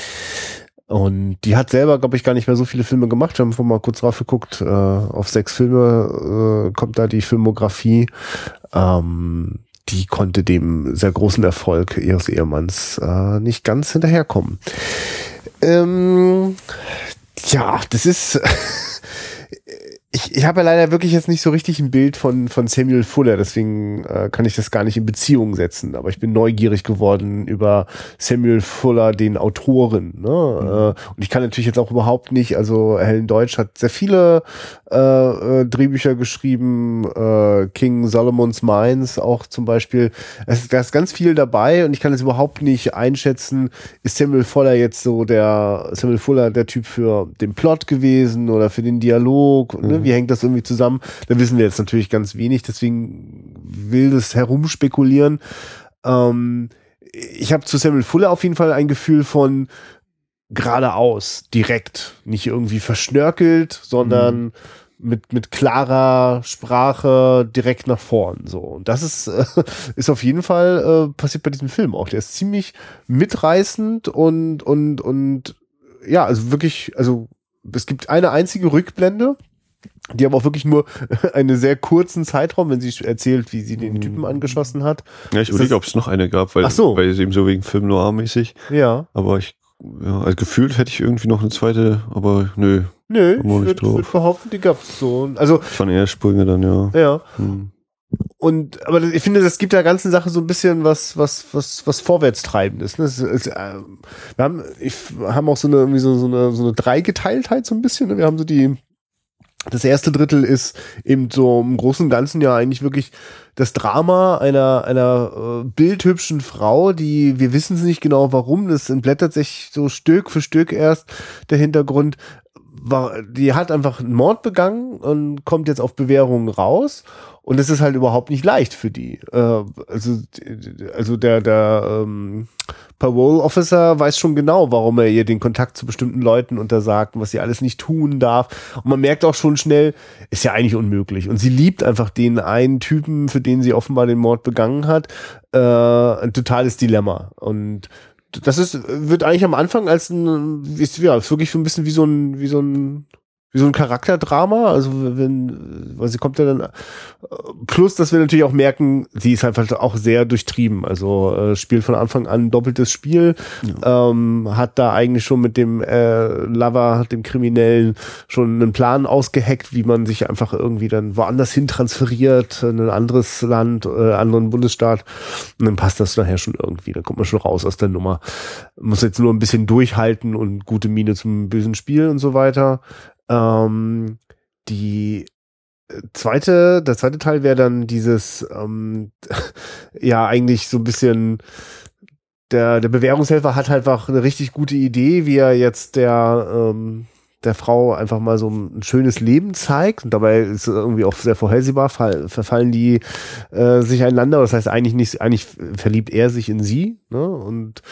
Und die hat selber, glaube ich, gar nicht mehr so viele Filme gemacht. Wir haben vorhin mal kurz drauf geguckt. Äh, auf sechs Filme äh, kommt da die Filmografie. Ähm, die konnte dem sehr großen Erfolg ihres Ehemanns äh, nicht ganz hinterherkommen. Ähm, ja, das ist... Ich, ich habe ja leider wirklich jetzt nicht so richtig ein Bild von, von Samuel Fuller, deswegen äh, kann ich das gar nicht in Beziehung setzen. Aber ich bin neugierig geworden über Samuel Fuller, den Autoren. Ne? Mhm. Äh, und ich kann natürlich jetzt auch überhaupt nicht, also Helen Deutsch hat sehr viele äh, äh, Drehbücher geschrieben, äh, King Solomon's Mines auch zum Beispiel. Es ist, da ist ganz viel dabei und ich kann es überhaupt nicht einschätzen, ist Samuel Fuller jetzt so der, Samuel Fuller der Typ für den Plot gewesen oder für den Dialog, ne? Wie hängt das irgendwie zusammen? Da wissen wir jetzt natürlich ganz wenig, deswegen will das herumspekulieren. Ähm, ich habe zu Samuel Fuller auf jeden Fall ein Gefühl von geradeaus, direkt, nicht irgendwie verschnörkelt, sondern mhm. mit mit klarer Sprache direkt nach vorn. So, und das ist äh, ist auf jeden Fall äh, passiert bei diesem Film auch. Der ist ziemlich mitreißend und und und ja, also wirklich, also es gibt eine einzige Rückblende, die aber auch wirklich nur einen sehr kurzen Zeitraum, wenn sie erzählt, wie sie den Typen angeschossen hat. Ja, ich überlege, ob es noch eine gab, weil, Ach so. weil es eben so wegen Film noir-mäßig. Ja. Aber ich, ja, also gefühlt hätte ich irgendwie noch eine zweite, aber nö. Nö, ich würde würd behaupten, die gab's so. Also, von Ersprünge dann, ja. Ja. Hm. Und, aber ich finde, das gibt der ganzen Sache so ein bisschen was, was, was, was Vorwärtstreibendes. Ne? Es, es, äh, wir haben, ich, haben auch so eine, irgendwie so, so eine, so eine Dreigeteiltheit so ein bisschen. Ne? Wir haben so die, das erste Drittel ist eben so im Großen und Ganzen ja eigentlich wirklich das Drama einer, einer äh, bildhübschen Frau, die, wir wissen es nicht genau warum, das entblättert sich so Stück für Stück erst der Hintergrund, war, die hat einfach einen Mord begangen und kommt jetzt auf Bewährung raus. Und es ist halt überhaupt nicht leicht für die. Äh, also, also der, der ähm, Parole Officer weiß schon genau, warum er ihr den Kontakt zu bestimmten Leuten untersagt und was sie alles nicht tun darf. Und man merkt auch schon schnell, ist ja eigentlich unmöglich. Und sie liebt einfach den einen Typen, für den sie offenbar den Mord begangen hat. Äh, ein totales Dilemma. Und das ist, wird eigentlich am Anfang als ein, ist, ja, ist wirklich so ein bisschen wie so ein, wie so ein, wie so ein Charakterdrama, also wenn, weil sie kommt ja dann, plus, dass wir natürlich auch merken, sie ist einfach auch sehr durchtrieben, also äh, spielt von Anfang an ein doppeltes Spiel, ja. ähm, hat da eigentlich schon mit dem äh, Lover, dem Kriminellen, schon einen Plan ausgeheckt, wie man sich einfach irgendwie dann woanders hin transferiert, in ein anderes Land, äh, anderen Bundesstaat, und dann passt das nachher schon irgendwie, dann kommt man schon raus aus der Nummer. Muss jetzt nur ein bisschen durchhalten und gute Miene zum bösen Spiel und so weiter. Ähm, die zweite, der zweite Teil wäre dann dieses, ähm, ja, eigentlich so ein bisschen, der, der Bewährungshelfer hat halt einfach eine richtig gute Idee, wie er jetzt der, ähm, der Frau einfach mal so ein schönes Leben zeigt, und dabei ist es irgendwie auch sehr vorhersehbar, fall, verfallen die äh, sich einander, das heißt eigentlich nicht, eigentlich verliebt er sich in sie, ne, und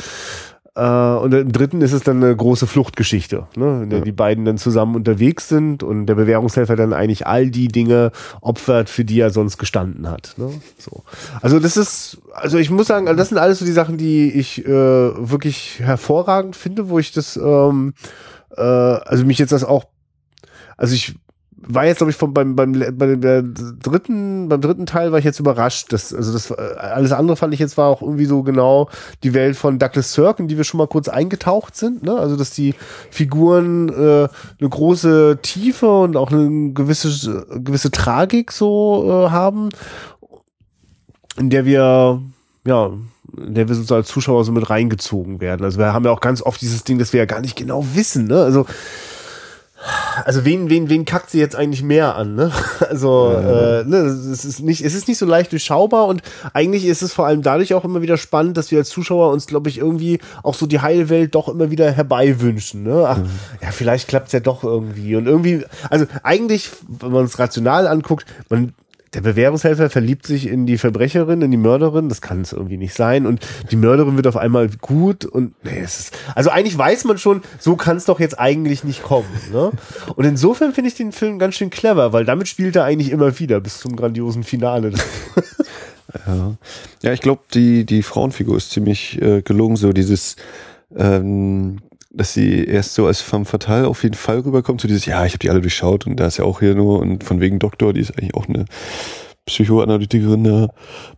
und im dritten ist es dann eine große Fluchtgeschichte, ne, in der ja. die beiden dann zusammen unterwegs sind und der Bewährungshelfer dann eigentlich all die Dinge opfert, für die er sonst gestanden hat. Ne? So. Also das ist, also ich muss sagen, das sind alles so die Sachen, die ich äh, wirklich hervorragend finde, wo ich das, ähm, äh, also mich jetzt das auch, also ich war jetzt, glaube ich, vom, beim, beim, beim der dritten, beim dritten Teil war ich jetzt überrascht. Das, also das, alles andere fand ich jetzt war auch irgendwie so genau die Welt von Douglas Sirk, in die wir schon mal kurz eingetaucht sind, ne? Also, dass die Figuren äh, eine große Tiefe und auch eine gewisse, gewisse Tragik so äh, haben, in der wir, ja, in der wir sozusagen als Zuschauer so mit reingezogen werden. Also, wir haben ja auch ganz oft dieses Ding, dass wir ja gar nicht genau wissen, ne? Also, Also wen, wen, wen kackt sie jetzt eigentlich mehr an, ne? Also, ja. äh, ne, es ist nicht, es ist nicht so leicht durchschaubar und eigentlich ist es vor allem dadurch auch immer wieder spannend, dass wir als Zuschauer uns, glaube ich, irgendwie auch so die heile Welt doch immer wieder herbeiwünschen, ne? Ach, mhm. ja, vielleicht klappt's ja doch irgendwie und irgendwie, also eigentlich, wenn man es rational anguckt, man, der Bewährungshelfer verliebt sich in die Verbrecherin, in die Mörderin, das kann es irgendwie nicht sein und die Mörderin wird auf einmal gut und nee, es ist, also eigentlich weiß man schon, so kann es doch jetzt eigentlich nicht kommen, ne? Und insofern finde ich den Film ganz schön clever, weil damit spielt er eigentlich immer wieder bis zum grandiosen Finale. Ja, ja, ich glaube, die, die Frauenfigur ist ziemlich äh, gelungen, so dieses ähm, dass sie erst so als femme fatale auf jeden Fall rüberkommt, so dieses, ja, ich habe die alle durchschaut und da ist ja auch hier nur, und von wegen Doktor, die ist eigentlich auch eine Psychoanalytikerin da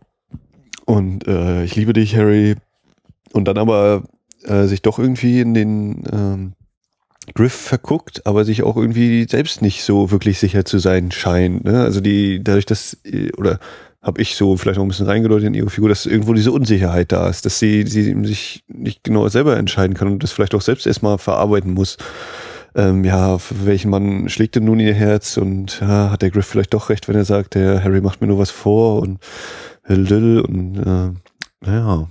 und äh, ich liebe dich, Harry, und dann aber äh, sich doch irgendwie in den ähm, Griff verguckt, aber sich auch irgendwie selbst nicht so wirklich sicher zu sein scheint, ne? Also die, dadurch, dass, oder habe ich so vielleicht noch ein bisschen reingedeutet in ihre Figur, dass irgendwo diese Unsicherheit da ist, dass sie, sie sich nicht genau selber entscheiden kann und das vielleicht auch selbst erstmal verarbeiten muss. Ähm, ja, für welchen Mann schlägt denn nun ihr Herz und ja, hat der Griff vielleicht doch recht, wenn er sagt, der Harry macht mir nur was vor und Lil und äh, naja.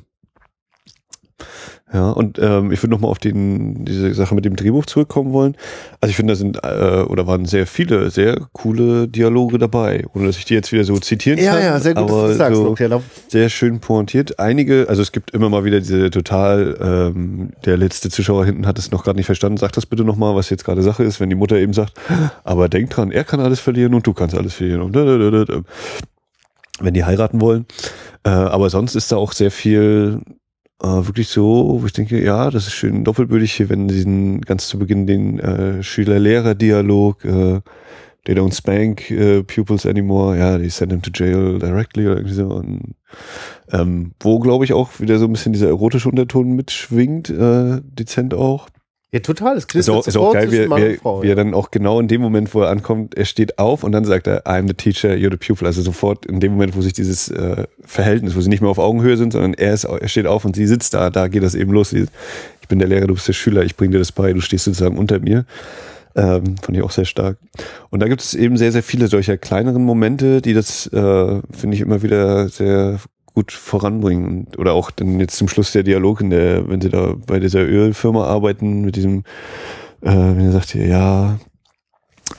Ja, und ähm, ich würde nochmal auf den, diese Sache mit dem Drehbuch zurückkommen wollen. Also ich finde, da sind äh, oder waren sehr viele, sehr coole Dialoge dabei, ohne dass ich die jetzt wieder so zitieren kann. Ja, ja, sehr gut, aber dass du sagst, so okay, sehr schön pointiert. Einige, also es gibt immer mal wieder diese total, ähm, der letzte Zuschauer hinten hat es noch gerade nicht verstanden. Sag das bitte nochmal, was jetzt gerade Sache ist, wenn die Mutter eben sagt, aber denk dran, er kann alles verlieren und du kannst alles verlieren. Und wenn die heiraten wollen. Äh, aber sonst ist da auch sehr viel Uh, wirklich so, wo ich denke, ja, das ist schön doppelbödig hier, wenn diesen ganz zu Beginn den äh, Schüler-Lehrer-Dialog, äh, they don't spank uh, pupils anymore, ja, they send them to jail directly oder irgendwie so. Und, ähm, wo, glaube ich, auch wieder so ein bisschen dieser erotische Unterton mitschwingt, äh, dezent auch. Ja, total. Es ist auch, ist auch geil, wie, wie, Frau, wie ja. er dann auch genau in dem Moment, wo er ankommt, er steht auf und dann sagt er, I'm the teacher, you're the pupil. Also sofort in dem Moment, wo sich dieses äh, Verhältnis, wo sie nicht mehr auf Augenhöhe sind, sondern er, ist, er steht auf und sie sitzt da, da geht das eben los. Ich bin der Lehrer, du bist der Schüler, ich bring dir das bei, du stehst sozusagen unter mir. Ähm, fand ich auch sehr stark. Und da gibt es eben sehr, sehr viele solcher kleineren Momente, die das, äh, finde ich, immer wieder sehr gut voranbringen. Oder auch dann jetzt zum Schluss der Dialog, in der, wenn sie da bei dieser Ölfirma arbeiten, mit diesem, äh, wenn er sagt, ja,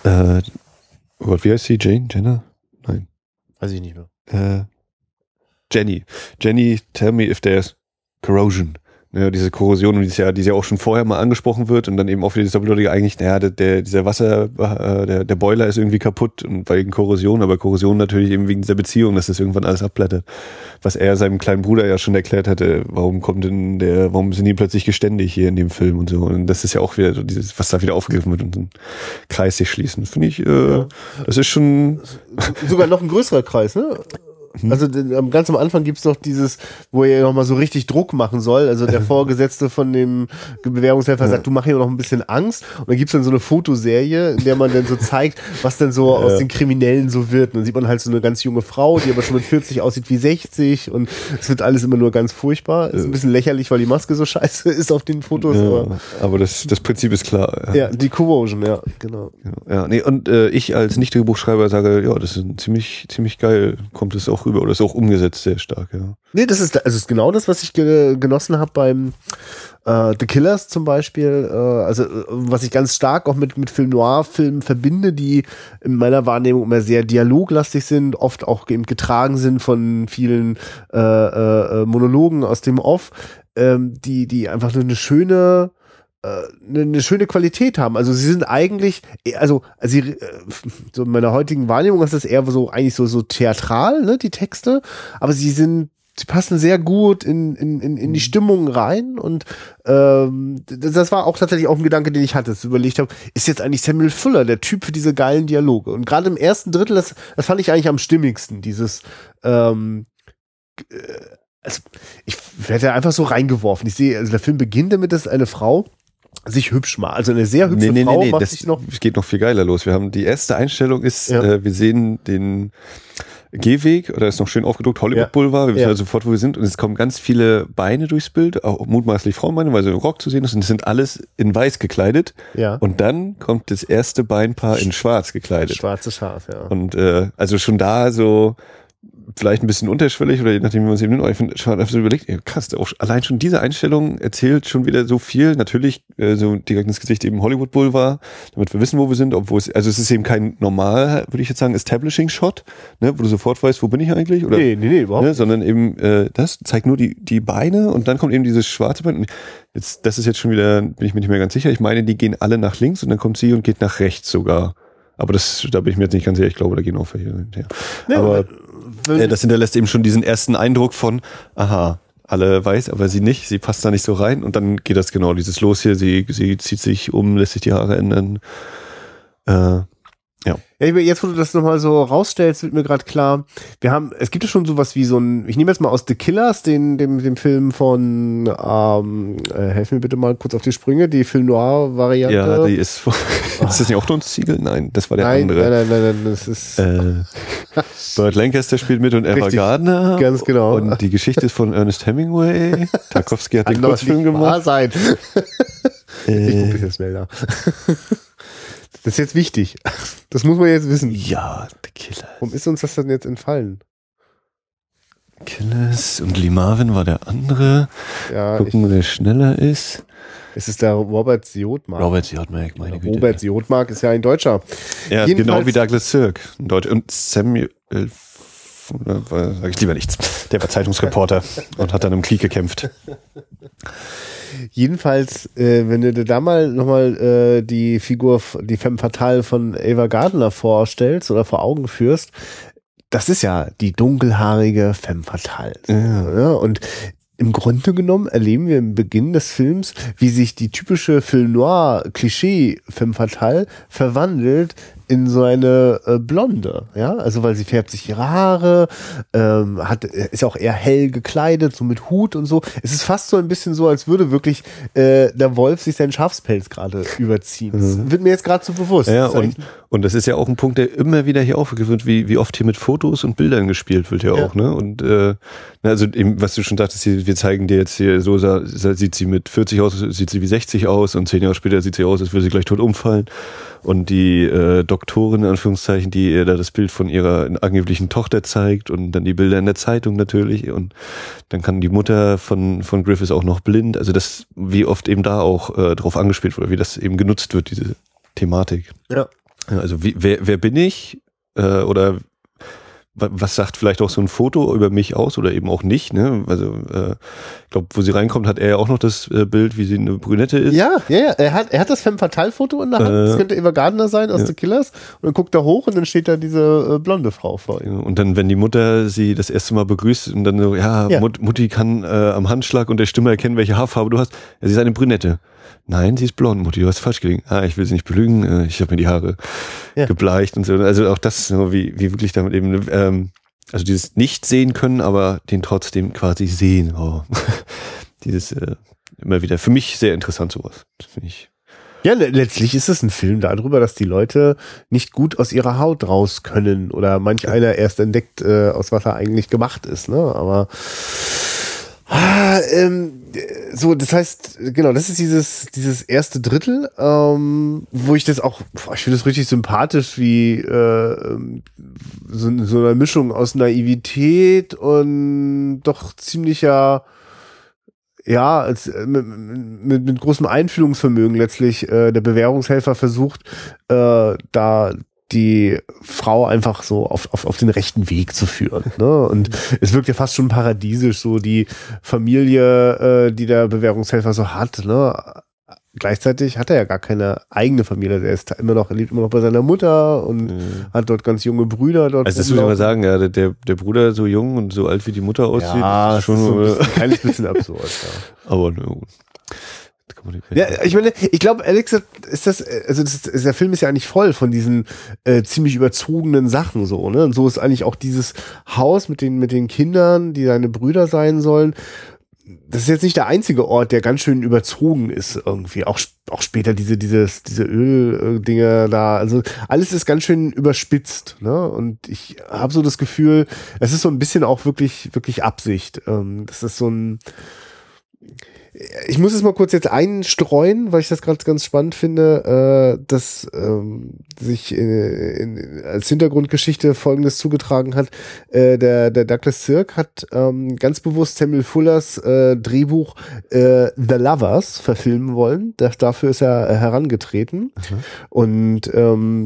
Äh, oh Gott, wie heißt sie? Jane? Jenna? Nein. Weiß ich nicht mehr. Äh, Jenny. Jenny, tell me if there's corrosion. Ja, diese Korrosion, die ja, die ja auch schon vorher mal angesprochen wird und dann eben auch wieder das Doppeldeutige eigentlich, naja, der, der, dieser Wasser, äh, der, der Boiler ist irgendwie kaputt und wegen Korrosion, aber Korrosion natürlich eben wegen dieser Beziehung, dass das irgendwann alles abblättert. Was er seinem kleinen Bruder ja schon erklärt hatte, warum kommt denn der, warum sind die plötzlich geständig hier in dem Film und so. Und das ist ja auch wieder so dieses, was da wieder aufgegriffen wird und so ein Kreis sich schließen. Finde ich, äh, ja. Das ist schon. Sogar noch ein größerer Kreis, ne? Also ganz am Anfang gibt's noch dieses, wo er nochmal so richtig Druck machen soll. Also der Vorgesetzte von dem Bewährungshelfer sagt, du mach hier noch ein bisschen Angst. Und dann gibt's dann so eine Fotoserie, in der man dann so zeigt, was dann so aus den Kriminellen so wird. Und dann sieht man halt so eine ganz junge Frau, die aber schon mit vierzig aussieht wie sechzig. Und es wird alles immer nur ganz furchtbar. Ist ein bisschen lächerlich, weil die Maske so scheiße ist auf den Fotos. Ja, aber aber das, das Prinzip ist klar. Ja, ja die Corrosion, ja, genau. Ja, nee, und äh, ich als Nicht-Drehbuchschreiber sage, ja, das ist ein ziemlich, ziemlich geil, kommt es auch rüber oder ist auch umgesetzt sehr stark, ja. Nee, das ist, also ist genau das, was ich ge- genossen habe beim äh, The Killers zum Beispiel. Äh, also was ich ganz stark auch mit, mit Film Noir-Filmen verbinde, die in meiner Wahrnehmung immer sehr dialoglastig sind, oft auch eben getragen sind von vielen äh, äh, Monologen aus dem Off, ähm, die, die einfach nur eine schöne eine, eine schöne Qualität haben. Also sie sind eigentlich, also, also sie, so in meiner heutigen Wahrnehmung ist das eher so eigentlich so so theatral, ne, die Texte, aber sie sind, sie passen sehr gut in in in, in die Stimmung rein und ähm, das war auch tatsächlich auch ein Gedanke, den ich hatte, dass ich überlegt habe, ist jetzt eigentlich Samuel Fuller der Typ für diese geilen Dialoge? Und gerade im ersten Drittel, das, das fand ich eigentlich am stimmigsten, dieses ähm, also ich werde einfach so reingeworfen. Ich sehe, also der Film beginnt damit, dass eine Frau sich hübsch macht. Also eine sehr hübsche nee, nee, Frau nee, nee. macht das sich noch. Es geht noch viel geiler los. Wir haben die erste Einstellung ist, Ja. äh, wir sehen den Gehweg, oder ist noch schön aufgedruckt, Hollywood Ja. Boulevard. Wir wissen Ja. also sofort, wo wir sind. Und es kommen ganz viele Beine durchs Bild, auch mutmaßlich Frauenbeine, weil so ein Rock zu sehen ist. Und es sind alles in weiß gekleidet. Ja. Und dann kommt das erste Beinpaar in schwarz gekleidet. Schwarze Schaf, ja. Und äh, also schon da so vielleicht ein bisschen unterschwellig oder je nachdem, wie man es eben nimmt, aber ich finde, schon einfach so überlegt, ja, krass, auch allein schon diese Einstellung erzählt schon wieder so viel. Natürlich äh, so direkt ins Gesicht eben Hollywood Boulevard, damit wir wissen, wo wir sind, obwohl es, also es ist eben kein normal, würde ich jetzt sagen, Establishing-Shot, ne, wo du sofort weißt, wo bin ich eigentlich? Oder, Nee, nee, nee, überhaupt ne, nicht. sondern eben äh, das zeigt nur die die Beine und dann kommt eben dieses schwarze Bein. Und jetzt, das ist jetzt schon wieder, bin ich mir nicht mehr ganz sicher. Ich meine, die gehen alle nach links und dann kommt sie und geht nach rechts sogar. Aber das, da bin ich mir jetzt nicht ganz sicher. Ich glaube, da gehen auch welche hinterher. Nee, aber wenn- äh, das hinterlässt eben schon diesen ersten Eindruck von, aha, alle weiß, aber sie nicht, sie passt da nicht so rein. Und dann geht das genau, dieses Los hier, sie, sie zieht sich um, lässt sich die Haare ändern. Äh, ja. Ja, jetzt, wo du das nochmal so rausstellst, wird mir gerade klar, wir haben, es gibt ja schon sowas wie so ein, ich nehme jetzt mal aus The Killers, den, dem, dem Film von, ähm, äh, helf mir bitte mal kurz auf die Sprünge, die Film Noir-Variante. Ja, die ist, ist das nicht auch Don Siegel? Nein, das war der nein, andere. nein, nein, nein, nein, das ist, Äh, Burt Lancaster spielt mit und Eva Richtig, Gardner. ganz genau. Und die Geschichte ist von Ernest Hemingway. Tarkovsky hat den kann doch Kurzfilm nicht wahr gemacht. sein. Ich Äh, gucke jetzt schnell nach. Das ist jetzt wichtig. Das muss man jetzt wissen. ja, The Killers. Warum ist uns das denn jetzt entfallen? Killers und Lee Marvin war der andere. Ja, Gucken, wer schneller ist. es ist der Robert Siodmark. Robert Siodmak, meine Güte. Robert Siodmark ist ja ein Deutscher. Ja, Jedenfalls- genau wie Douglas Sirk. Ein Deutsch. Und Samuel, äh, sage ich lieber nichts. Der war Zeitungsreporter und hat dann im Krieg gekämpft. Jedenfalls, äh, wenn du dir da mal nochmal äh, die Figur, f- die Femme Fatale von Ava Gardner vorstellst oder vor Augen führst, das ist ja die dunkelhaarige Femme Fatale. Ja. Ja, und im Grunde genommen erleben wir im Beginn des Films, wie sich die typische Film Noir Klischee Femme Fatale verwandelt in so eine äh, Blonde, ja, also weil sie färbt sich ihre Haare, ähm, hat, ist auch eher hell gekleidet, so mit Hut und so. Es ist fast so ein bisschen so, als würde wirklich äh, der Wolf sich seinen Schafspelz gerade überziehen. Das wird mir jetzt gerade so bewusst. Ja, Das ist und, eigentlich- und das ist ja auch ein Punkt, der immer wieder hier aufgegriffen wird, wie, wie oft hier mit Fotos und Bildern gespielt wird ja Ja. auch, ne? Und äh, also eben, was du schon dachtest, hier, wir zeigen dir jetzt hier, so sah, sieht sie mit vierzig aus, sieht sie wie sechzig aus und zehn Jahre später sieht sie aus, als würde sie gleich tot umfallen. Und die äh, Doktorin, in Anführungszeichen, die ihr da das Bild von ihrer angeblichen Tochter zeigt und dann die Bilder in der Zeitung natürlich und dann kann die Mutter von von Griffiths auch noch blind, also das, wie oft eben da auch äh, drauf angespielt wurde, wie das eben genutzt wird, diese Thematik. ja. Also wie, wer, wer bin ich? Äh, oder was sagt vielleicht auch so ein Foto über mich aus oder eben auch nicht, ne? Also äh, ich glaube, wo sie reinkommt, hat er ja auch noch das äh, Bild, wie sie eine Brünette ist. Ja, ja, ja. Er hat, er hat das Femme Fatale-Foto in der Hand. Äh, das könnte Eva Gardner sein aus ja. The Killers. Und dann guckt er hoch und dann steht da diese äh, blonde Frau vor ihm. Und dann, wenn die Mutter sie das erste Mal begrüßt und dann so, ja, ja. Mut, Mutti kann äh, am Handschlag und der Stimme erkennen, welche Haarfarbe du hast. Ja, sie ist eine Brünette. Nein, sie ist blond, Mutti, du hast falsch gelegen. Ah, ich will sie nicht belügen, ich habe mir die Haare ja. gebleicht und so. Also auch das, wie, wie wirklich damit eben, ähm, also dieses nicht sehen können, aber den trotzdem quasi sehen. Oh. Dieses äh, immer wieder, für mich sehr interessant sowas. Das finde ich. Ja, letztlich ist es ein Film darüber, dass die Leute nicht gut aus ihrer Haut raus können oder manch einer erst entdeckt, äh, aus was er eigentlich gemacht ist, ne? Aber Ah, ähm, so, das heißt, genau, das ist dieses dieses erste Drittel, ähm, wo ich das auch, boah, ich finde das richtig sympathisch, wie äh, so, so eine Mischung aus Naivität und doch ziemlicher, ja, als, mit, mit, mit großem Einfühlungsvermögen letztlich äh, der Bewährungshelfer versucht, äh, da die Frau einfach so auf, auf, auf den rechten Weg zu führen. Ne? Und es wirkt ja fast schon paradiesisch, so die Familie, äh, die der Bewährungshelfer so hat. Ne? Gleichzeitig hat er ja gar keine eigene Familie. Er ist immer noch, er lebt immer noch bei seiner Mutter und mhm. hat dort ganz junge Brüder. Dort also das würde ich mal sagen, ja, der, der Bruder so jung und so alt wie die Mutter aussieht. Ja, ist schon ist so ein, bisschen, ein kleines bisschen absurd. Ja. Aber na gut. Ja, ich meine, ich glaube, Alex, ist das, also das ist, der Film ist ja eigentlich voll von diesen äh, ziemlich überzogenen Sachen so, ne? Und so ist eigentlich auch dieses Haus mit den mit den Kindern, die seine Brüder sein sollen. Das ist jetzt nicht der einzige Ort, der ganz schön überzogen ist irgendwie. Auch auch später diese dieses diese Öl-Dinger da. Also alles ist ganz schön überspitzt, ne? Und ich habe so das Gefühl, es ist so ein bisschen auch wirklich wirklich Absicht. Ähm, das ist so ein Ich muss es mal kurz jetzt einstreuen, weil ich das gerade ganz spannend finde, äh, dass ähm, sich in, in, als Hintergrundgeschichte Folgendes zugetragen hat. Äh, der, der Douglas Sirk hat ähm, ganz bewusst Samuel Fullers äh, Drehbuch äh, The Lovers verfilmen wollen. Das, dafür ist er äh, herangetreten. Mhm. Und ähm,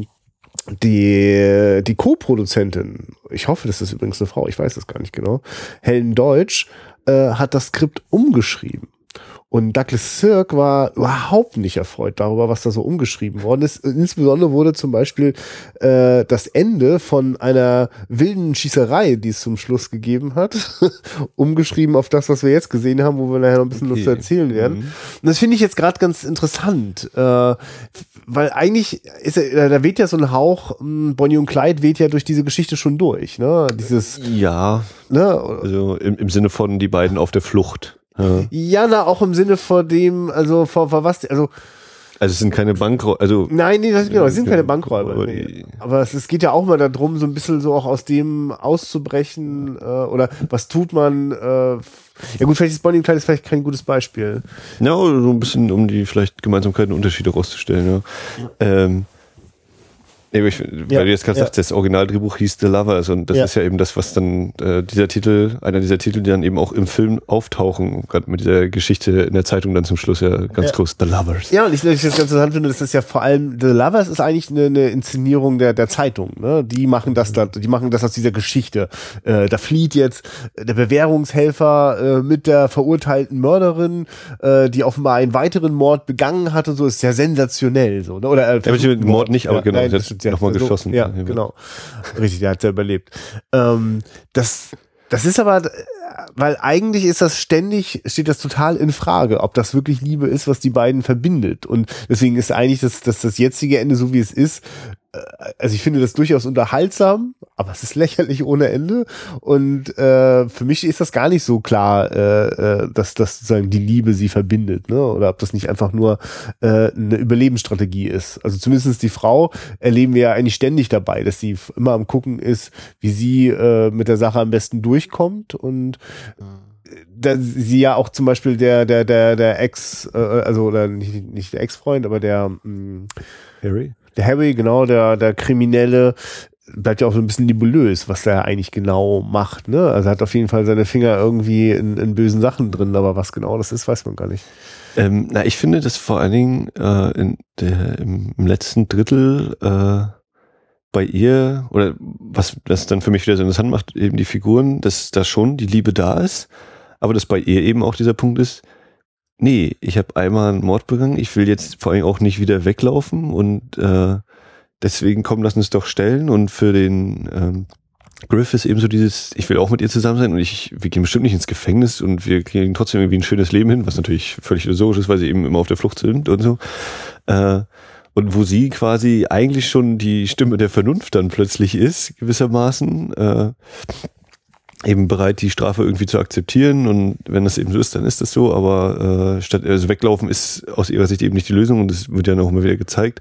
die, die Co-Produzentin, ich hoffe, das ist übrigens eine Frau, ich weiß es gar nicht genau, Helen Deutsch, äh, hat das Skript umgeschrieben. Und Douglas Sirk war überhaupt nicht erfreut darüber, was da so umgeschrieben worden ist. Insbesondere wurde zum Beispiel äh, das Ende von einer wilden Schießerei, die es zum Schluss gegeben hat, umgeschrieben auf das, was wir jetzt gesehen haben, wo wir nachher noch ein bisschen okay. was zu erzählen werden. Mhm. Und das finde ich jetzt gerade ganz interessant, äh, weil eigentlich ist er, da weht ja so ein Hauch, Bonnie und Clyde weht ja durch diese Geschichte schon durch, ne? Dieses ja, ne? Also im, im Sinne von die beiden auf der Flucht. Ja, ja, na, auch im Sinne vor dem, also vor, vor was, also Also es sind keine Bankräuber, also nein, nee, das, genau, es sind keine Bankräuber. Aber, nee. aber es, es geht ja auch mal darum, so ein bisschen so auch aus dem auszubrechen, äh, oder was tut man, äh, ja gut, vielleicht ist Bonnie und Clyde vielleicht kein gutes Beispiel. Ja, oder so ein bisschen, um die vielleicht Gemeinsamkeiten und Unterschiede rauszustellen, ja. ja. Ähm, nee, ich, weil ja, du jetzt gerade ja. sagst, das Originaldrehbuch hieß The Lovers und das ja. ist ja eben das, was dann äh, dieser Titel, einer dieser Titel, die dann eben auch im Film auftauchen, gerade mit dieser Geschichte in der Zeitung dann zum Schluss ja ganz ja. groß, The Lovers. Ja, und ich, ich das ganz interessant finde, das ist ja vor allem, The Lovers ist eigentlich eine, eine Inszenierung der, der Zeitung, ne? Die machen das da, die machen das aus dieser Geschichte. Äh, da flieht jetzt der Bewährungshelfer äh, mit der verurteilten Mörderin, äh, die offenbar einen weiteren Mord begangen hatte, so ist ja sensationell, so, ne? Oder, äh, ja, Mord, Mord nicht, aber ja, genau. Nein, ja, nochmal so, geschossen. Ja, ja, genau. Richtig, der hat ja überlebt. Ähm, das, das ist aber, weil eigentlich ist das ständig, steht das total in Frage, ob das wirklich Liebe ist, was die beiden verbindet. Und deswegen ist eigentlich das, das, das jetzige Ende, so wie es ist, also ich finde das durchaus unterhaltsam, aber es ist lächerlich ohne Ende. Und äh, für mich ist das gar nicht so klar, äh, dass das sozusagen die Liebe sie verbindet, ne? Oder ob das nicht einfach nur äh, eine Überlebensstrategie ist. Also zumindest die Frau erleben wir ja eigentlich ständig dabei, dass sie immer am Gucken ist, wie sie äh, mit der Sache am besten durchkommt und da sie ja auch zum Beispiel der der der der Ex, äh, also oder nicht, nicht der Ex-Freund, aber der mh, Harry. Der Harry, genau, der, der Kriminelle, bleibt ja auch so ein bisschen nebulös, was der eigentlich genau macht, ne? Also er hat auf jeden Fall seine Finger irgendwie in, in bösen Sachen drin, aber was genau das ist, weiß man gar nicht. Ähm, na, ich finde, dass vor allen Dingen äh, in der, im, im letzten Drittel äh, bei ihr, oder was das dann für mich wieder so interessant macht, eben die Figuren, dass da schon die Liebe da ist, aber dass bei ihr eben auch dieser Punkt ist, nee, ich habe einmal einen Mord begangen, ich will jetzt vor allem auch nicht wieder weglaufen und äh, deswegen komm, lass uns doch stellen. Und für den ähm, Griff ist eben so dieses, ich will auch mit ihr zusammen sein und ich, wir gehen bestimmt nicht ins Gefängnis und wir kriegen trotzdem irgendwie ein schönes Leben hin, was natürlich völlig illusorisch ist, weil sie eben immer auf der Flucht sind und so. Äh, und wo sie quasi eigentlich schon die Stimme der Vernunft dann plötzlich ist, gewissermaßen, äh, eben bereit, die Strafe irgendwie zu akzeptieren, und wenn das eben so ist, dann ist das so, aber äh, statt also weglaufen ist aus ihrer Sicht eben nicht die Lösung, und das wird ja noch mal wieder gezeigt.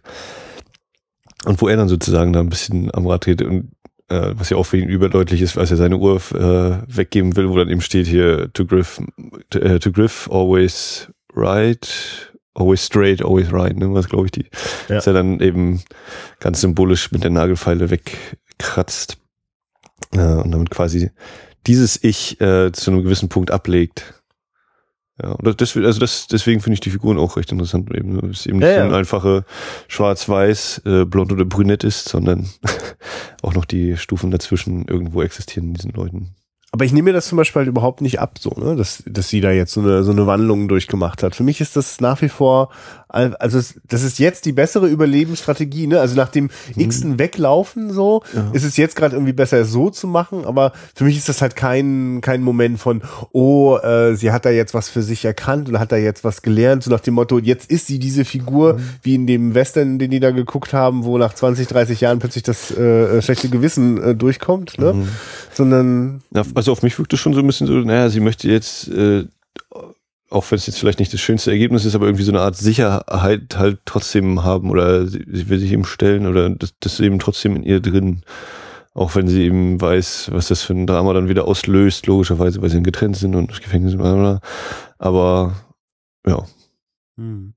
Und wo er dann sozusagen da ein bisschen am Rad dreht, und äh, was ja auch für ihn überdeutlich ist, als er seine Uhr äh, weggeben will, wo dann eben steht hier, to Griff, to, uh, to Griff always right, always straight, always right, ne, was glaube ich die, ja. Dass er dann eben ganz symbolisch mit der Nagelfeile wegkratzt äh, und damit quasi dieses Ich äh, zu einem gewissen Punkt ablegt. Ja, und das, also das, deswegen finde ich die Figuren auch recht interessant. Eben, dass es eben nicht ja, ja. so ein einfache Schwarz-Weiß, äh, Blond oder Brünett ist, sondern auch noch die Stufen dazwischen irgendwo existieren in diesen Leuten. Aber ich nehme mir das zum Beispiel halt überhaupt nicht ab, so, ne, dass, dass sie da jetzt so eine, so eine Wandlung durchgemacht hat. Für mich ist das nach wie vor, also es, das ist jetzt die bessere Überlebensstrategie, ne, also nach dem mhm. x-ten Weglaufen, so, ja. ist es jetzt gerade irgendwie besser, es so zu machen, aber für mich ist das halt kein, kein Moment von, oh, äh, sie hat da jetzt was für sich erkannt oder hat da jetzt was gelernt, so nach dem Motto, jetzt ist sie diese Figur, mhm. wie in dem Western, den die da geguckt haben, wo nach zwanzig, dreißig Jahren plötzlich das äh, schlechte Gewissen äh, durchkommt, ne, mhm. sondern ja, also auf mich wirkt es schon so ein bisschen so, naja, sie möchte jetzt, äh, auch wenn es jetzt vielleicht nicht das schönste Ergebnis ist, aber irgendwie so eine Art Sicherheit halt trotzdem haben, oder sie, sie will sich eben stellen, oder das, das ist eben trotzdem in ihr drin, auch wenn sie eben weiß, was das für ein Drama dann wieder auslöst, logischerweise, weil sie getrennt sind und das Gefängnis sind, bla bla. Aber ja. Hm.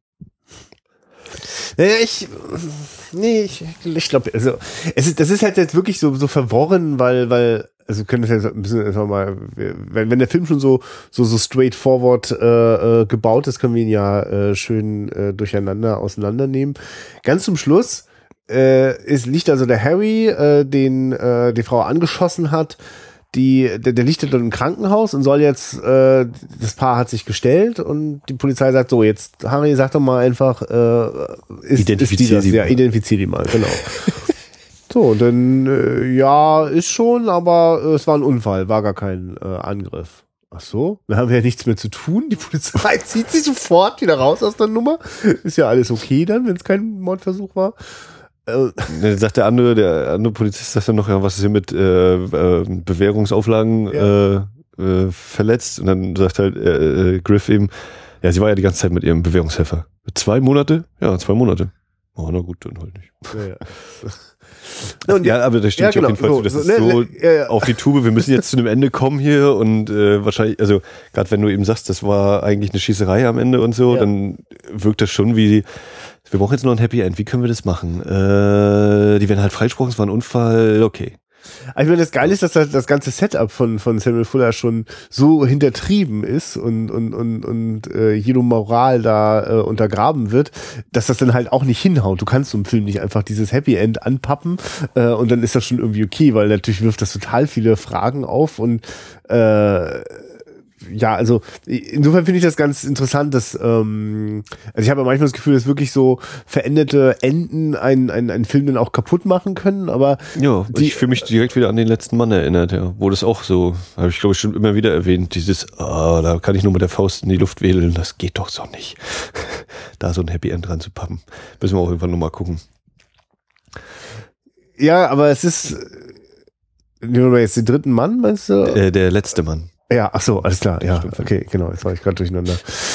Naja, ich, nee, ich, ich glaube, also, es ist, das ist halt jetzt wirklich so, so verworren, weil, weil, also wir können das jetzt ein bisschen einfach mal, wenn, wenn der Film schon so, so, so straightforward äh, äh, gebaut ist, können wir ihn ja äh, schön äh, durcheinander auseinandernehmen. Ganz zum Schluss äh, ist, liegt also der Harry, äh, den äh, die Frau angeschossen hat, die, der, der liegt dann im Krankenhaus und soll jetzt, äh, das Paar hat sich gestellt und die Polizei sagt so, jetzt, Harry, sag doch mal einfach, äh, ist, identifizier ist die das? Ja, identifizier die mal, genau. So, und dann, äh, ja, ist schon, aber äh, es war ein Unfall, war gar kein äh, Angriff. Ach so, dann haben wir ja nichts mehr zu tun. Die Polizei zieht sich sofort wieder raus aus der Nummer. Ist ja alles okay dann, wenn es kein Mordversuch war. Dann sagt der andere, der andere Polizist sagt dann noch, ja, was ist hier mit äh, äh, Bewährungsauflagen ja. äh, äh, verletzt? Und dann sagt halt äh, äh, Griff eben, ja, sie war ja die ganze Zeit mit ihrem Bewährungshelfer. Zwei Monate? Ja, zwei Monate. Oh, na gut, dann halt nicht. Ja, ja. No, und ja, aber da stimmt ja, genau, auf jeden Fall so, das so, ist so ne, ja, auf die Tube, wir müssen jetzt zu einem Ende kommen hier, und äh, wahrscheinlich, also gerade wenn du eben sagst, das war eigentlich eine Schießerei am Ende und so, ja. dann wirkt das schon wie, wir brauchen jetzt noch ein Happy End, wie können wir das machen? Äh, die werden halt freigesprochen, es war ein Unfall, okay. Also ich meine, das Geile ist, dass das ganze Setup von, von Samuel Fuller schon so hintertrieben ist und, und, und, und äh, jede Moral da äh, untergraben wird, dass das dann halt auch nicht hinhaut. Du kannst so im Film nicht einfach dieses Happy End anpappen äh, und dann ist das schon irgendwie okay, weil natürlich wirft das total viele Fragen auf und äh, ja, also insofern finde ich das ganz interessant, dass ähm, also ich habe manchmal das Gefühl, dass wirklich so veränderte Enden einen, einen, einen Film dann auch kaputt machen können, aber ja, die, ich fühle mich direkt wieder an den letzten Mann erinnert, ja, wo das auch so, habe ich glaube ich schon immer wieder erwähnt, dieses, ah, da kann ich nur mit der Faust in die Luft wedeln, das geht doch so nicht. Da so ein Happy End dran zu pappen. Müssen wir auch irgendwann nochmal gucken. Ja, aber es ist, nehmen wir jetzt den dritten Mann, meinst du? Äh, der letzte Mann. Ja, ach so, alles klar, ja, okay, genau, jetzt war ich gerade durcheinander.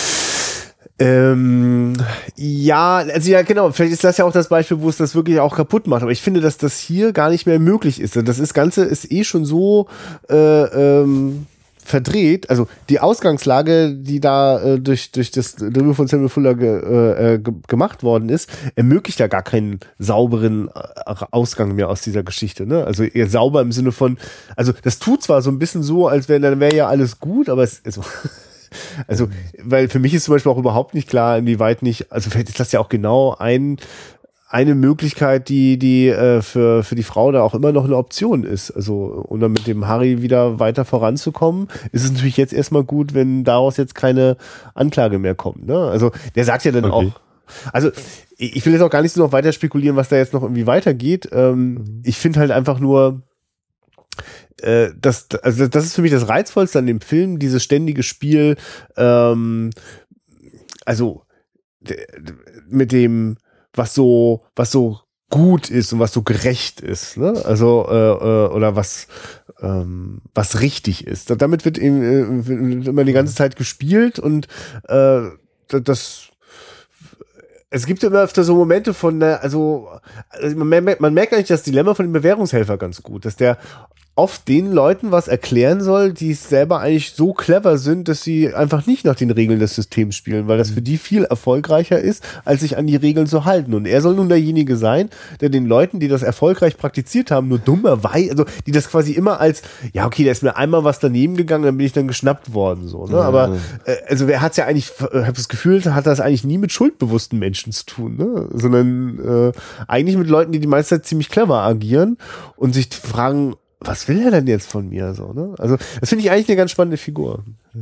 Ähm, ja, also ja, genau, vielleicht ist das ja auch das Beispiel, wo es das wirklich auch kaputt macht, aber ich finde, dass das hier gar nicht mehr möglich ist. Das ist Ganze ist eh schon so äh, ähm, verdreht, also die Ausgangslage, die da äh, durch durch das Drehbuch von Samuel Fuller ge, äh, ge, gemacht worden ist, ermöglicht ja gar keinen sauberen Ausgang mehr aus dieser Geschichte, ne? Also eher sauber im Sinne von, also das tut zwar so ein bisschen so, als wäre dann wäre ja alles gut, aber es also also weil für mich ist zum Beispiel auch überhaupt nicht klar, inwieweit nicht, also vielleicht ist das ja auch genau ein eine Möglichkeit, die die äh, für für die Frau da auch immer noch eine Option ist. Also um dann mit dem Harry wieder weiter voranzukommen, ist es natürlich jetzt erstmal gut, wenn daraus jetzt keine Anklage mehr kommt. Ne? Also der sagt ja dann okay. auch, also ich will jetzt auch gar nicht so noch weiter spekulieren, was da jetzt noch irgendwie weitergeht. Ähm, mhm. Ich finde halt einfach nur, äh, das, also das ist für mich das Reizvollste an dem Film, dieses ständige Spiel, ähm, also mit dem, was so, was so gut ist und was so gerecht ist, ne? Also äh, äh, oder was ähm, was richtig ist. Damit wird eben äh, wird immer die ganze Zeit gespielt und äh, das es gibt immer öfter so Momente von der, also, also man, merkt, man merkt eigentlich das Dilemma von dem Bewährungshelfer ganz gut, dass der oft den Leuten was erklären soll, die selber eigentlich so clever sind, dass sie einfach nicht nach den Regeln des Systems spielen, weil das für die viel erfolgreicher ist, als sich an die Regeln zu halten. Und er soll nun derjenige sein, der den Leuten, die das erfolgreich praktiziert haben, nur dummerweise, also die das quasi immer als, ja okay, da ist mir einmal was daneben gegangen, dann bin ich dann geschnappt worden, so, ne? Aber äh, also wer hat's ja eigentlich, ich habe das Gefühl, hat das eigentlich nie mit schuldbewussten Menschen zu tun, ne? Sondern äh, eigentlich mit Leuten, die die meiste Zeit ziemlich clever agieren und sich fragen, was will er denn jetzt von mir? So, ne? Also, das finde ich eigentlich eine ganz spannende Figur. Ja.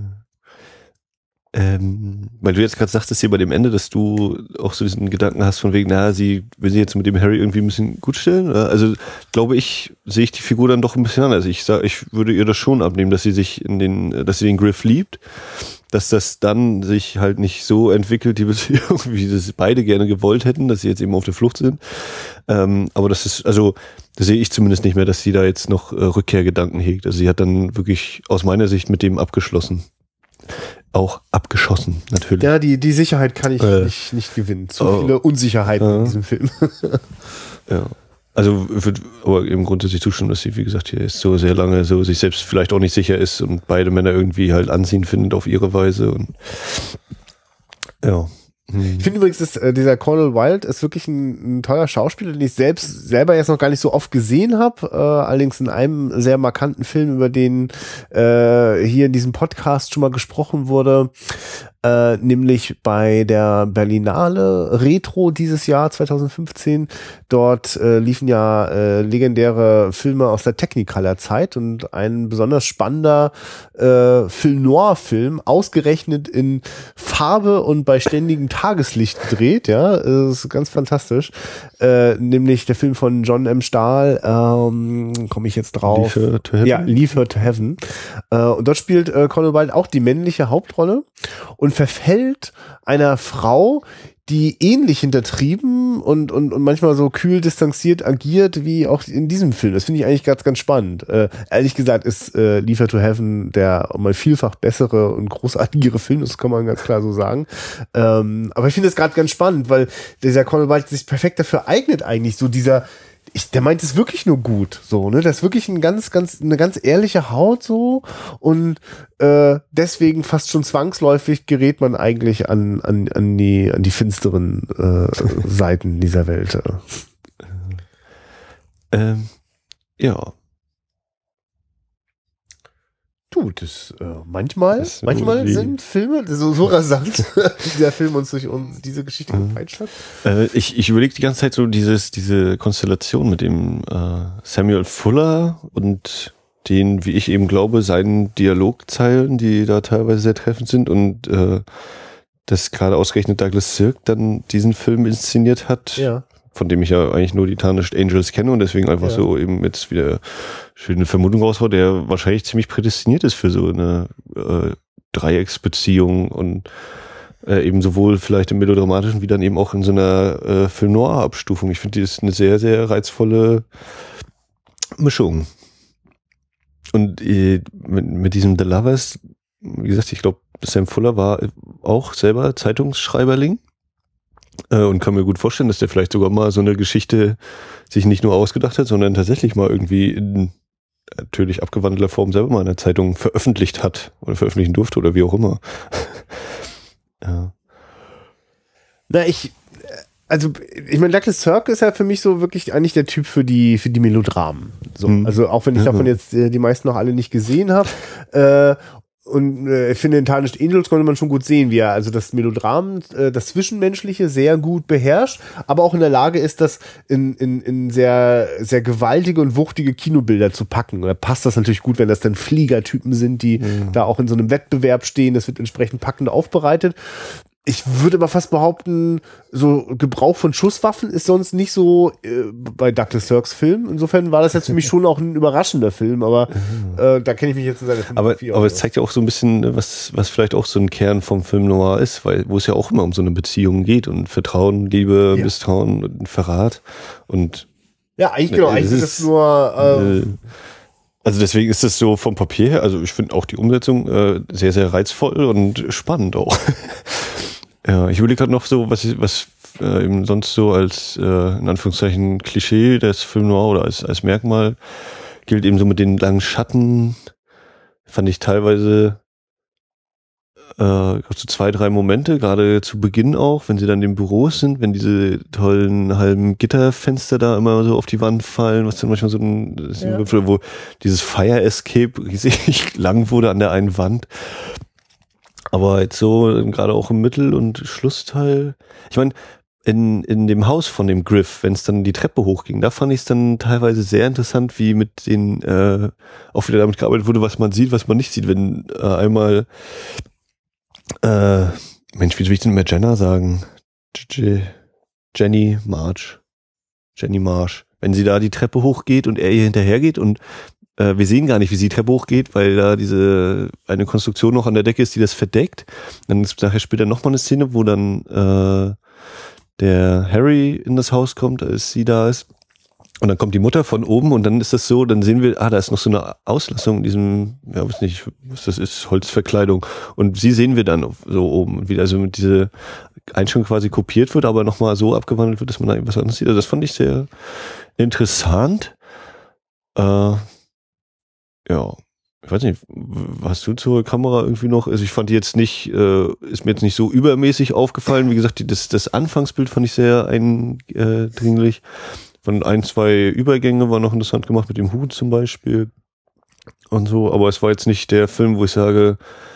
Ähm, weil du jetzt gerade sagtest hier bei dem Ende, dass du auch so diesen Gedanken hast von wegen, na, sie will sie jetzt mit dem Harry irgendwie ein bisschen gut stellen. Also, glaube ich, sehe ich die Figur dann doch ein bisschen anders. Ich sag, ich würde ihr das schon abnehmen, dass sie sich in den, dass sie den Griff liebt, dass das dann sich halt nicht so entwickelt, die Beziehung, wie das beide gerne gewollt hätten, dass sie jetzt eben auf der Flucht sind. Ähm, aber das ist, also, da sehe ich zumindest nicht mehr, dass sie da jetzt noch äh, Rückkehrgedanken hegt. Also sie hat dann wirklich aus meiner Sicht mit dem abgeschlossen. Auch abgeschossen, natürlich. Ja, die, die Sicherheit kann ich äh, nicht, nicht gewinnen. Zu oh, viele Unsicherheiten äh, in diesem Film. Ja. Also würde aber eben grundsätzlich zustimmen, dass sie, wie gesagt, hier ist so sehr lange so sich selbst vielleicht auch nicht sicher ist und beide Männer irgendwie halt anziehen findet auf ihre Weise. Und ja. Ich finde übrigens, dass, äh, dieser Cornel Wilde ist wirklich ein, ein toller Schauspieler, den ich selbst selber jetzt noch gar nicht so oft gesehen habe. Äh, allerdings in einem sehr markanten Film, über den äh, hier in diesem Podcast schon mal gesprochen wurde. Äh, nämlich bei der Berlinale Retro dieses Jahr zwanzig fünfzehn. Dort äh, liefen ja äh, legendäre Filme aus der Technicolor-Zeit und ein besonders spannender äh, Film-Noir-Film, ausgerechnet in Farbe und bei ständigem Tageslicht gedreht, ja, das ist ganz fantastisch. Äh, nämlich der Film von John M. Stahl, ähm, komme ich jetzt drauf. Leave Her to Heaven. Ja, Leave Her to Heaven. Äh, und dort spielt äh, Cornel Wilde auch die männliche Hauptrolle und verfällt einer Frau, die ähnlich hintertrieben und, und, und manchmal so kühl distanziert agiert wie auch in diesem Film. Das finde ich eigentlich ganz, ganz spannend. Äh, ehrlich gesagt ist äh, Leave Her to Heaven der mal vielfach bessere und großartigere Film, das kann man ganz klar so sagen. Ähm, aber ich finde es gerade ganz spannend, weil dieser Cornel Wilde sich perfekt dafür eignet eigentlich, so dieser Ich, der meint es wirklich nur gut, so, ne? Das ist wirklich ein ganz, ganz, eine ganz ehrliche Haut, so. Und äh, deswegen fast schon zwangsläufig gerät man eigentlich an, an, an die, an die finsteren äh, Seiten dieser Welt. Ähm, ja. Du, das äh, manchmal, das manchmal sind Filme so, so rasant, wie der Film uns durch uns diese Geschichte gepeitscht hat. Äh, ich ich überlege die ganze Zeit so dieses diese Konstellation mit dem äh, Samuel Fuller und den, wie ich eben glaube, seinen Dialogzeilen, die da teilweise sehr treffend sind und äh, dass gerade ausgerechnet Douglas Sirk dann diesen Film inszeniert hat. Ja. Von dem ich ja eigentlich nur die Tarnished Angels kenne und deswegen einfach ja. so eben jetzt wieder schöne Vermutung raushaue, der wahrscheinlich ziemlich prädestiniert ist für so eine äh, Dreiecksbeziehung und äh, eben sowohl vielleicht im melodramatischen wie dann eben auch in so einer äh, Film-Noir-Abstufung. Ich finde, die ist eine sehr, sehr reizvolle Mischung. Und äh, mit, mit diesem The Lovers, wie gesagt, ich glaube, Sam Fuller war auch selber Zeitungsschreiberling. Und kann mir gut vorstellen, dass der vielleicht sogar mal so eine Geschichte sich nicht nur ausgedacht hat, sondern tatsächlich mal irgendwie in natürlich abgewandelter Form selber mal in der Zeitung veröffentlicht hat oder veröffentlichen durfte oder wie auch immer. Ja. Na, ich, also, ich meine, Douglas Sirk ist ja für mich so wirklich eigentlich der Typ für die, für die Melodramen. So, mhm. Also, auch wenn ich davon jetzt äh, die meisten noch alle nicht gesehen habe, äh, Und äh, ich finde, in Tarnished Angels konnte man schon gut sehen, wie er also das Melodram, äh, das Zwischenmenschliche sehr gut beherrscht, aber auch in der Lage ist, das in, in, in sehr, sehr gewaltige und wuchtige Kinobilder zu packen. Und da passt das natürlich gut, wenn das dann Fliegertypen sind, die mhm. da auch in so einem Wettbewerb stehen. Das wird entsprechend packend aufbereitet. Ich würde aber fast behaupten, so Gebrauch von Schusswaffen ist sonst nicht so äh, bei Douglas Sirks Film. Insofern war das jetzt für mich schon auch ein überraschender Film, aber äh, da kenne ich mich jetzt in seiner Filmografie Aber, aber es zeigt ja auch so ein bisschen, was, was vielleicht auch so ein Kern vom Film noir ist, weil wo es ja auch immer um so eine Beziehung geht und Vertrauen, Liebe, ja. Misstrauen und Verrat und ja, eigentlich genau, eigentlich ist das nur äh, also deswegen ist das so vom Papier her, also ich finde auch die Umsetzung äh, sehr, sehr reizvoll und spannend auch. Ja, ich überlege gerade noch so, was, was äh, eben sonst so als, äh, in Anführungszeichen, Klischee des Film Noir oder als, als Merkmal gilt, eben so mit den langen Schatten. Fand ich teilweise äh, so zwei, drei Momente, gerade zu Beginn auch, wenn sie dann im Büro sind, wenn diese tollen halben Gitterfenster da immer so auf die Wand fallen, was dann manchmal so ein, ja. wo dieses Fire Escape riesig lang wurde an der einen Wand. Aber jetzt so, gerade auch im Mittel- und Schlussteil. Ich meine, in, in dem Haus von dem Griff, wenn es dann die Treppe hochging, da fand ich es dann teilweise sehr interessant, wie mit den, äh, auch wieder damit gearbeitet wurde, was man sieht, was man nicht sieht. Wenn äh, einmal, äh, Mensch, wie will ich denn immer Jenna sagen? Jenny March. Jenny Marsh. Wenn sie da die Treppe hochgeht und er ihr hinterhergeht und wir sehen gar nicht, wie sie die Treppe hochgeht, weil da diese eine Konstruktion noch an der Decke ist, die das verdeckt. Dann ist nachher später nochmal eine Szene, wo dann äh, der Harry in das Haus kommt, als sie da ist. Und dann kommt die Mutter von oben und dann ist das so, dann sehen wir, ah, da ist noch so eine Auslassung in diesem, ja, weiß nicht, was das ist, Holzverkleidung. Und sie sehen wir dann so oben, wie also mit diese Einstellung quasi kopiert wird, aber nochmal so abgewandelt wird, dass man da irgendwas anderes sieht. Also das fand ich sehr interessant. Äh, Ja, ich weiß nicht, hast du zur Kamera irgendwie noch, also ich fand die jetzt nicht, äh, ist mir jetzt nicht so übermäßig aufgefallen, wie gesagt, die, das, das Anfangsbild fand ich sehr eindringlich, von ein, zwei Übergänge war noch interessant gemacht, mit dem Hut zum Beispiel und so, aber es war jetzt nicht der Film, wo ich sage,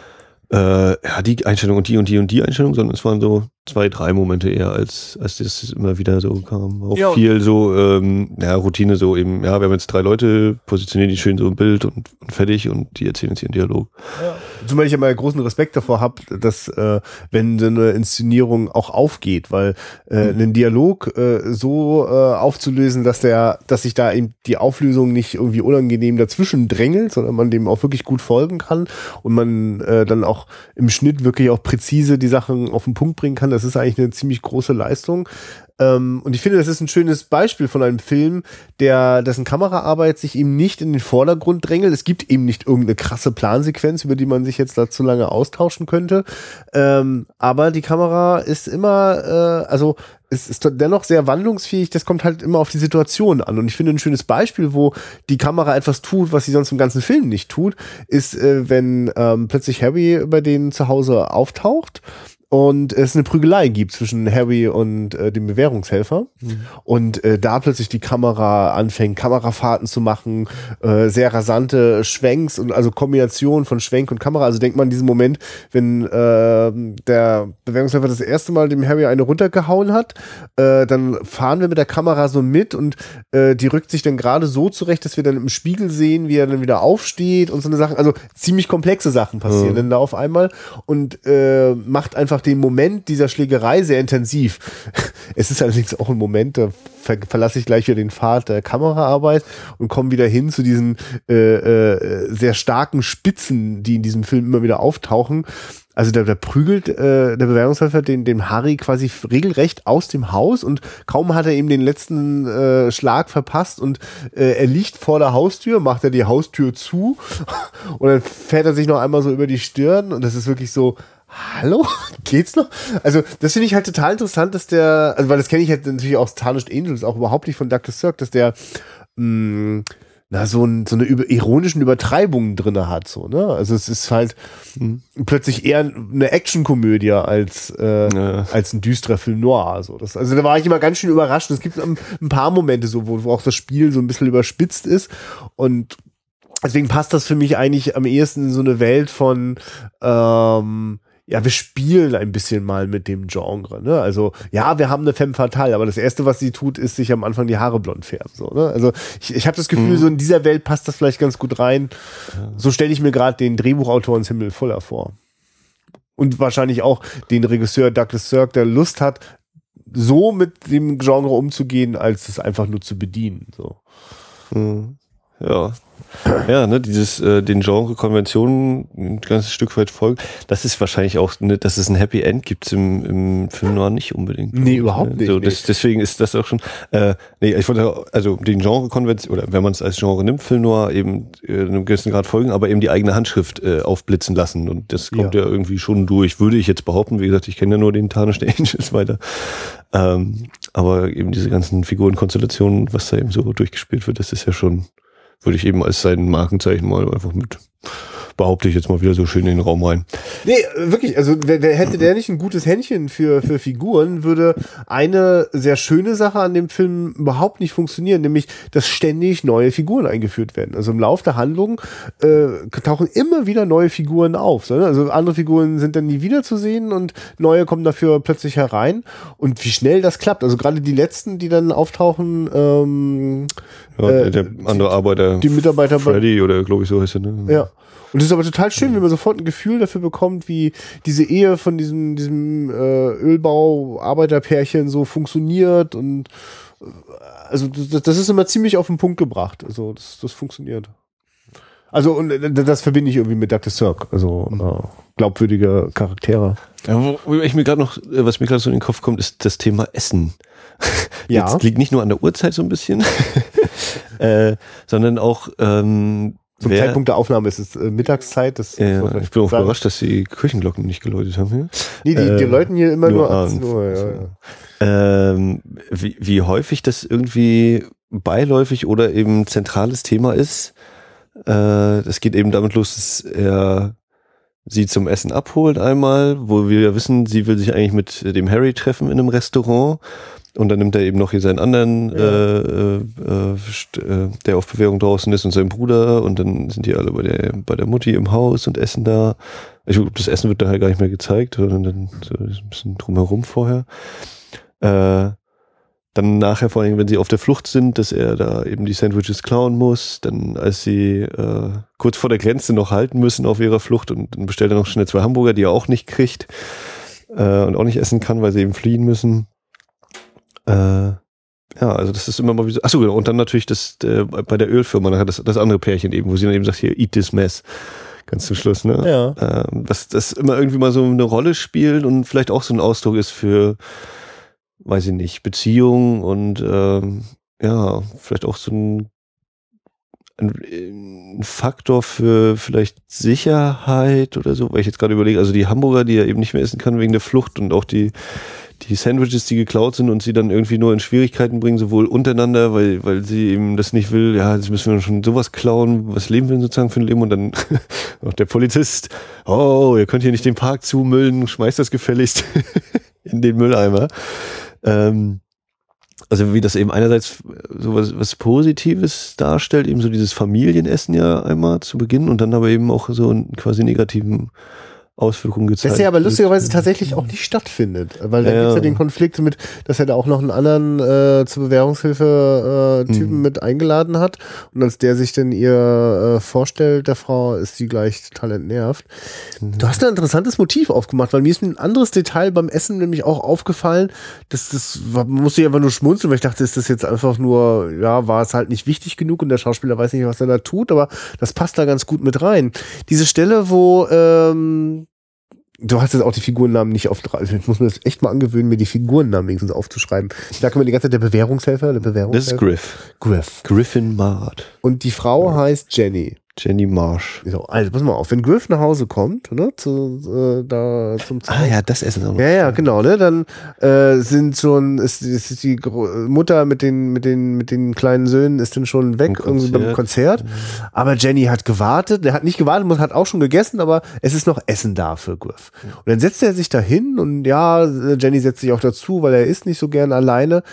äh, ja, die Einstellung und die und die und die Einstellung, sondern es waren so zwei, drei Momente eher, als, als das immer wieder so kam. Auch ja. viel so, ähm, ja, Routine, so eben, ja, wir haben jetzt drei Leute, positionieren die schön so im Bild und, und fertig und die erzählen jetzt ihren Dialog. Ja. Zumal ich immer großen Respekt davor habe, dass, äh, wenn so eine Inszenierung auch aufgeht, weil äh, mhm. einen Dialog äh, so äh, aufzulösen, dass der, dass sich da eben die Auflösung nicht irgendwie unangenehm dazwischen drängelt, sondern man dem auch wirklich gut folgen kann und man äh, dann auch im Schnitt wirklich auch präzise die Sachen auf den Punkt bringen kann. Das ist eigentlich eine ziemlich große Leistung. Ähm, und ich finde, das ist ein schönes Beispiel von einem Film, der, dessen Kameraarbeit sich eben nicht in den Vordergrund drängelt. Es gibt eben nicht irgendeine krasse Plansequenz, über die man sich jetzt da zu lange austauschen könnte. Ähm, aber die Kamera ist immer, äh, also es ist dennoch sehr wandlungsfähig. Das kommt halt immer auf die Situation an. Und ich finde, ein schönes Beispiel, wo die Kamera etwas tut, was sie sonst im ganzen Film nicht tut, ist, äh, wenn ähm, plötzlich Harry bei denen zu Hause auftaucht und es eine Prügelei gibt zwischen Harry und äh, dem Bewährungshelfer mhm. und äh, da plötzlich die Kamera anfängt, Kamerafahrten zu machen, äh, sehr rasante Schwenks und also Kombination von Schwenk und Kamera. Also denkt man an diesen Moment, wenn äh, der Bewährungshelfer das erste Mal dem Harry eine runtergehauen hat, äh, dann fahren wir mit der Kamera so mit und äh, die rückt sich dann gerade so zurecht, dass wir dann im Spiegel sehen, wie er dann wieder aufsteht und so eine Sachen. Also ziemlich komplexe Sachen passieren mhm. dann da auf einmal und äh, macht einfach den Moment dieser Schlägerei sehr intensiv. Es ist allerdings auch ein Moment, da ver- verlasse ich gleich wieder den Pfad der Kameraarbeit und komme wieder hin zu diesen äh, äh, sehr starken Spitzen, die in diesem Film immer wieder auftauchen. Also da, da prügelt äh, der Bewährungshelfer den, dem Harry quasi regelrecht aus dem Haus und kaum hat er ihm den letzten äh, Schlag verpasst und äh, er liegt vor der Haustür, macht er die Haustür zu und dann fährt er sich noch einmal so über die Stirn und das ist wirklich so, hallo? Geht's noch? Also, das finde ich halt total interessant, dass der, also, weil das kenne ich halt natürlich aus Tarnished Angels, auch überhaupt nicht von Douglas Sirk, dass der, mh, na, so, ein, so eine über, ironischen Übertreibungen drinne hat, so, ne? Also, es ist halt mh, plötzlich eher eine Actionkomödie als, äh, ja. als ein düsterer Film noir, so. Das, also, da war ich immer ganz schön überrascht. Es gibt ein, ein paar Momente so, wo, wo auch das Spiel so ein bisschen überspitzt ist und deswegen passt das für mich eigentlich am ehesten in so eine Welt von ähm, ja, wir spielen ein bisschen mal mit dem Genre, ne? Also, ja, wir haben eine Femme fatale, aber das Erste, was sie tut, ist sich am Anfang die Haare blond färben, so, ne? Also, ich, ich habe das Gefühl, mhm. so in dieser Welt passt das vielleicht ganz gut rein. Ja. So stelle ich mir gerade den Drehbuchautorenshimmel Fuller vor. Und wahrscheinlich auch den Regisseur Douglas Sirk, der Lust hat, so mit dem Genre umzugehen, als es einfach nur zu bedienen, so. Mhm. Ja. Ja, ne, dieses, äh, den Genre-Konventionen ein ganzes Stück weit folgen, das ist wahrscheinlich auch, ne, dass es ein Happy End gibt im, im Film Noir nicht unbedingt. Nee, überhaupt nicht. So, das, deswegen ist das auch schon, äh, nee, ich wollte, also den Genre-Konvention, oder wenn man es als Genre nimmt, Film Noir eben äh, einem gewissen Grad folgen, aber eben die eigene Handschrift äh, aufblitzen lassen und das kommt ja. ja irgendwie schon durch, würde ich jetzt behaupten, wie gesagt, ich kenne ja nur den Tarnished Angels weiter, ähm, aber eben diese ganzen Figurenkonstellationen, was da eben so durchgespielt wird, das ist ja schon, würde ich eben als sein Markenzeichen mal einfach mit, behaupte ich jetzt mal wieder so schön in den Raum rein. Nee, wirklich, also wer, wer hätte der nicht ein gutes Händchen für, für Figuren, würde eine sehr schöne Sache an dem Film überhaupt nicht funktionieren, nämlich, dass ständig neue Figuren eingeführt werden. Also im Lauf der Handlung äh, tauchen immer wieder neue Figuren auf. So, ne? Also andere Figuren sind dann nie wiederzusehen und neue kommen dafür plötzlich herein. Und wie schnell das klappt. Also gerade die letzten, die dann auftauchen, ähm, ja, äh, der andere Arbeiter, die Mitarbeiter Freddy oder glaube ich so heißt er, ne? Ja. Und das ist aber total schön, wenn man sofort ein Gefühl dafür bekommt, wie diese Ehe von diesem, diesem äh, Ölbau-Arbeiterpärchen so funktioniert. Und äh, also das, das ist immer ziemlich auf den Punkt gebracht. Also das, das funktioniert. Also und das verbinde ich irgendwie mit Douglas Sirk. Also äh, glaubwürdige Charaktere. Ja, wo ich mir gerade noch, was mir gerade so in den Kopf kommt, ist das Thema Essen. Ja. Jetzt liegt nicht nur an der Uhrzeit so ein bisschen, äh, sondern auch ähm, zum wer, Zeitpunkt der Aufnahme ist es äh, Mittagszeit. Das, ja, das ich bin auch sagen. überrascht, dass die Kirchenglocken nicht geläutet haben hier. Nee, die, äh, die läuten hier immer nur achtzehn Uhr. Ja, ja. Ähm, wie, wie häufig das irgendwie beiläufig oder eben zentrales Thema ist. Äh, das geht eben damit los, dass er sie zum Essen abholt einmal, wo wir ja wissen, sie will sich eigentlich mit dem Harry treffen in einem Restaurant. Und dann nimmt er eben noch hier seinen anderen, ja. äh, äh, der auf Bewährung draußen ist und seinen Bruder. Und dann sind die alle bei der, bei der Mutti im Haus und essen da. Ich glaube, das Essen wird daher gar nicht mehr gezeigt, sondern dann so ein bisschen drumherum vorher. Äh, dann nachher, vor allem, wenn sie auf der Flucht sind, dass er da eben die Sandwiches klauen muss. Dann, als sie äh, kurz vor der Grenze noch halten müssen auf ihrer Flucht und dann bestellt er noch schnell zwei Hamburger, die er auch nicht kriegt äh, und auch nicht essen kann, weil sie eben fliehen müssen. Äh, ja, also das ist immer mal wie so. Achso, genau. Und dann natürlich das äh, bei der Ölfirma, nachher das, das andere Pärchen eben, wo sie dann eben sagt, hier, eat this mess. Ganz zum Schluss, ne? Ja. Ähm, was das immer irgendwie mal so eine Rolle spielt und vielleicht auch so ein Ausdruck ist für, weiß ich nicht, Beziehung und ähm, ja, vielleicht auch so ein, ein, ein Faktor für vielleicht Sicherheit oder so, weil ich jetzt gerade überlege, also die Hamburger, die er eben nicht mehr essen kann wegen der Flucht und auch die die Sandwiches, die geklaut sind und sie dann irgendwie nur in Schwierigkeiten bringen, sowohl untereinander, weil weil sie eben das nicht will, ja, jetzt müssen wir schon sowas klauen, was leben wir denn sozusagen für ein Leben und dann auch der Polizist, oh, ihr könnt hier nicht den Park zumüllen, schmeißt das gefälligst in den Mülleimer. Ähm, also wie das eben einerseits so was, was Positives darstellt, eben so dieses Familienessen ja einmal zu Beginn und dann aber eben auch so einen quasi negativen Auswirkungen gezeigt. Das ja aber lustigerweise tatsächlich auch nicht stattfindet, weil da ja, gibt es ja den Konflikt mit, dass er da auch noch einen anderen äh, zur Bewährungshilfe äh, Typen mhm. mit eingeladen hat und als der sich dann ihr äh, vorstellt, der Frau, ist sie gleich total entnervt. Mhm. Du hast ein interessantes Motiv aufgemacht, weil mir ist ein anderes Detail beim Essen nämlich auch aufgefallen, dass das musste ich einfach nur schmunzeln, weil ich dachte, ist das jetzt einfach nur, ja, war es halt nicht wichtig genug und der Schauspieler weiß nicht, was er da tut, aber das passt da ganz gut mit rein. Diese Stelle, wo ähm, du hast jetzt auch die Figurennamen nicht auf drei. Ich muss mir das echt mal angewöhnen, mir die Figurennamen wenigstens aufzuschreiben. Ich sage immer die ganze Zeit der Bewährungshelfer, der Bewährungshelfer. Das ist Griff. Griff. Griffin Mart. Und die Frau ja. heißt Jenny. Jenny Marsh. So, also pass mal auf, wenn Griff nach Hause kommt, ne, zu, äh, da zum Zaun. Ah ja, das Essen auch noch. Ja, ja, genau, ne, dann äh, sind schon, ist, ist die Mutter mit den mit den mit den kleinen Söhnen ist dann schon weg irgendwie beim Konzert. Mhm. Aber Jenny hat gewartet, der hat nicht gewartet, hat auch schon gegessen, aber es ist noch Essen da für Griff. Und dann setzt er sich da hin und ja, Jenny setzt sich auch dazu, weil er isst nicht so gern alleine.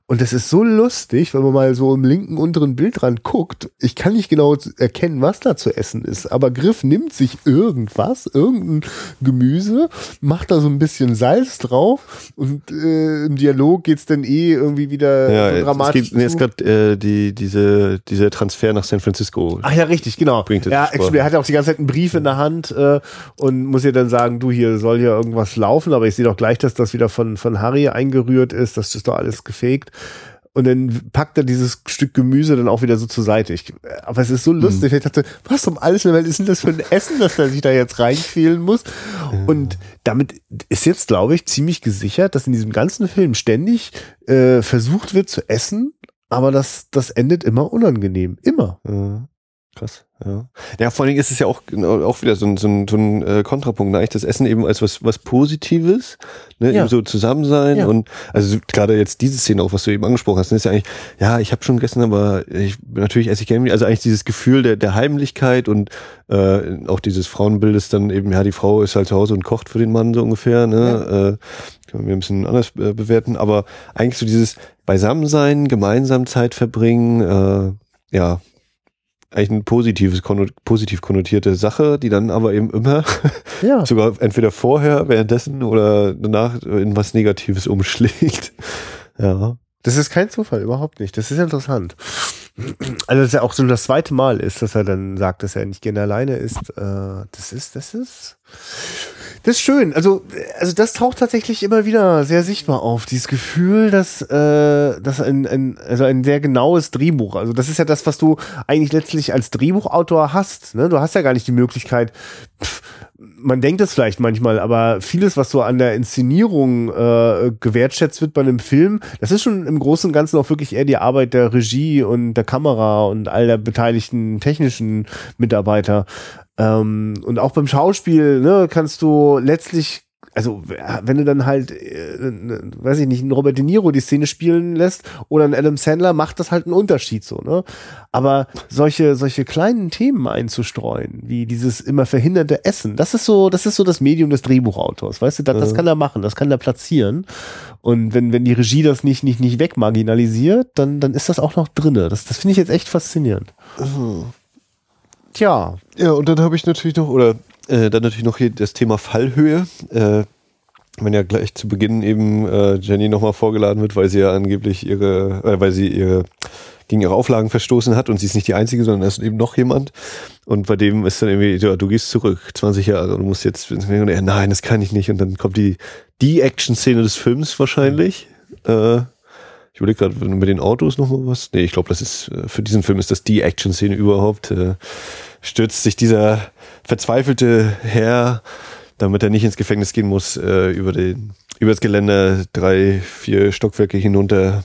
Und das ist so lustig, wenn man mal so im linken unteren Bildrand guckt. Ich kann nicht genau erkennen, was da zu essen ist. Aber Griff nimmt sich irgendwas, irgendein Gemüse, macht da so ein bisschen Salz drauf und äh, im Dialog geht's dann eh irgendwie wieder ja, so dramatisch. Es geht, nee, es gab äh, die, diese, dieser Transfer nach San Francisco. Ach ja, richtig, genau. Ja, er hat ja auch die ganze Zeit einen Brief in der Hand äh, und muss ihr dann sagen, du, hier soll ja irgendwas laufen, aber ich sehe doch gleich, dass das wieder von, von Harry eingerührt ist. Das ist doch alles gefaked. Und dann packt er dieses Stück Gemüse dann auch wieder so zur Seite. Ich, aber es ist so lustig. Mhm. Ich dachte, was um alles in der Welt ist denn das für ein Essen, das er sich da jetzt reinquälen muss? Mhm. Und damit ist jetzt, glaube ich, ziemlich gesichert, dass in diesem ganzen Film ständig äh, versucht wird zu essen, aber das, das endet immer unangenehm. Immer. Mhm. Krass, ja. Ja, vor allen Dingen ist es ja auch, auch wieder so ein, so ein, so ein äh, Kontrapunkt, ne? Eigentlich das Essen eben als was, was Positives, ne? Ja. Eben so zusammen sein ja. Und also gerade jetzt diese Szene auch, was du eben angesprochen hast, ne? Ist ja eigentlich, ja, ich habe schon gegessen, aber ich natürlich esse ich gerne, also eigentlich dieses Gefühl der, der Heimlichkeit und äh, auch dieses Frauenbildes dann eben, ja, die Frau ist halt zu Hause und kocht für den Mann so ungefähr, ne? Ja. Äh, können wir ein bisschen anders äh, bewerten, aber eigentlich so dieses Beisammensein, gemeinsam Zeit verbringen, äh, ja, eigentlich eine positives, positiv konnotierte Sache, die dann aber eben immer ja. sogar entweder vorher, währenddessen oder danach in was Negatives umschlägt. Ja. Das ist kein Zufall, überhaupt nicht. Das ist interessant. Also, dass er auch so das zweite Mal ist, dass er dann sagt, dass er nicht gerne alleine ist. Äh, das ist, das ist, das ist schön. Also, also das taucht tatsächlich immer wieder sehr sichtbar auf. Dieses Gefühl, dass, äh, dass ein, ein, also ein sehr genaues Drehbuch, also das ist ja das, was du eigentlich letztlich als Drehbuchautor hast. Ne? Du hast ja gar nicht die Möglichkeit, pff, man denkt es vielleicht manchmal, aber vieles, was so an der Inszenierung äh, gewertschätzt wird bei einem Film, das ist schon im Großen und Ganzen auch wirklich eher die Arbeit der Regie und der Kamera und all der beteiligten technischen Mitarbeiter. Ähm, und auch beim Schauspiel, ne, kannst du letztlich, also wenn du dann halt, äh, weiß ich nicht, einen Robert De Niro die Szene spielen lässt oder einen Adam Sandler, macht das halt einen Unterschied so, ne? Aber solche solche kleinen Themen einzustreuen, wie dieses immer verhinderte Essen, das ist so, das ist so das Medium des Drehbuchautors, weißt du, das, das kann er machen, das kann er platzieren. Und wenn wenn die Regie das nicht nicht nicht wegmarginalisiert, dann dann ist das auch noch drinne. Das das finde ich jetzt echt faszinierend. Mhm. Tja. Ja, und dann habe ich natürlich noch, oder äh, dann natürlich noch hier das Thema Fallhöhe. Äh, wenn ja gleich zu Beginn eben äh, Jenny nochmal vorgeladen wird, weil sie ja angeblich ihre, äh, weil sie ihre gegen ihre Auflagen verstoßen hat und sie ist nicht die Einzige, sondern es ist eben noch jemand. Und bei dem ist dann irgendwie, ja, du gehst zurück, zwanzig Jahre, und du musst jetzt, und er, nein, das kann ich nicht. Und dann kommt die, die Action-Szene des Films wahrscheinlich. Äh, Ich überlege gerade mit den Autos noch mal was. Nee, ich glaube, das ist, für diesen Film ist das die Action-Szene überhaupt. Äh, stürzt sich dieser verzweifelte Herr, damit er nicht ins Gefängnis gehen muss, äh, über den, über das Geländer drei, vier Stockwerke hinunter.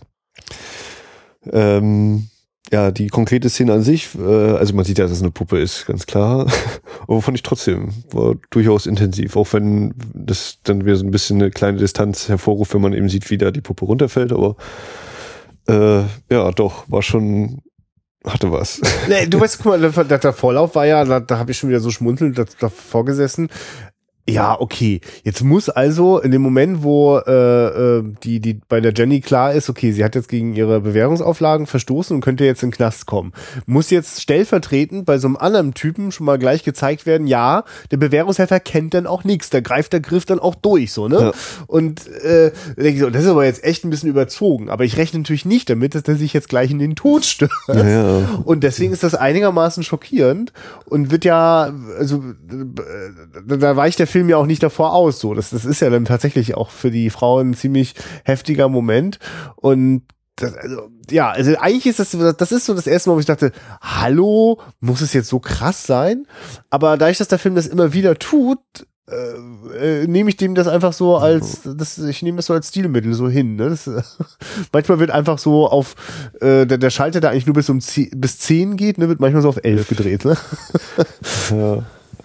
Ähm, ja, die konkrete Szene an sich, äh, also man sieht ja, dass es eine Puppe ist, ganz klar. Aber fand ich trotzdem, war durchaus intensiv. Auch wenn das dann wieder so ein bisschen eine kleine Distanz hervorruft, wenn man eben sieht, wie da die Puppe runterfällt. Aber äh, ja, doch, war schon, hatte was. Nee, du weißt, guck mal, der, der Vorlauf war ja, da, da habe ich schon wieder so schmunzelnd davor gesessen. Ja, okay. Jetzt muss also in dem Moment, wo äh, die die bei der Jenny klar ist, okay, sie hat jetzt gegen ihre Bewährungsauflagen verstoßen und könnte jetzt in den Knast kommen, muss jetzt stellvertretend bei so einem anderen Typen schon mal gleich gezeigt werden, ja, der Bewährungshelfer kennt dann auch nichts, da greift der Griff dann auch durch, so, ne? Ja. Und äh, denke ich so, das ist aber jetzt echt ein bisschen überzogen, aber ich rechne natürlich nicht damit, dass der sich jetzt gleich in den Tod stürzt. Ja, ja. Und deswegen ist das einigermaßen schockierend und wird ja, also da, da weicht der Film ja auch nicht davor aus, so. Das, das ist ja dann tatsächlich auch für die Frauen ein ziemlich heftiger Moment. Und das, also, ja, also eigentlich ist das, das ist so das erste Mal, wo ich dachte, hallo, muss es jetzt so krass sein? Aber dadurch, dass der Film das immer wieder tut, äh, äh, nehme ich dem das einfach so als, das, ich nehme das so als Stilmittel so hin. Ne? Das, äh, manchmal wird einfach so auf, äh, der, der Schalter, der eigentlich nur bis um zehn, bis zehn geht, ne, wird manchmal so auf elf gedreht. Ne? Ja.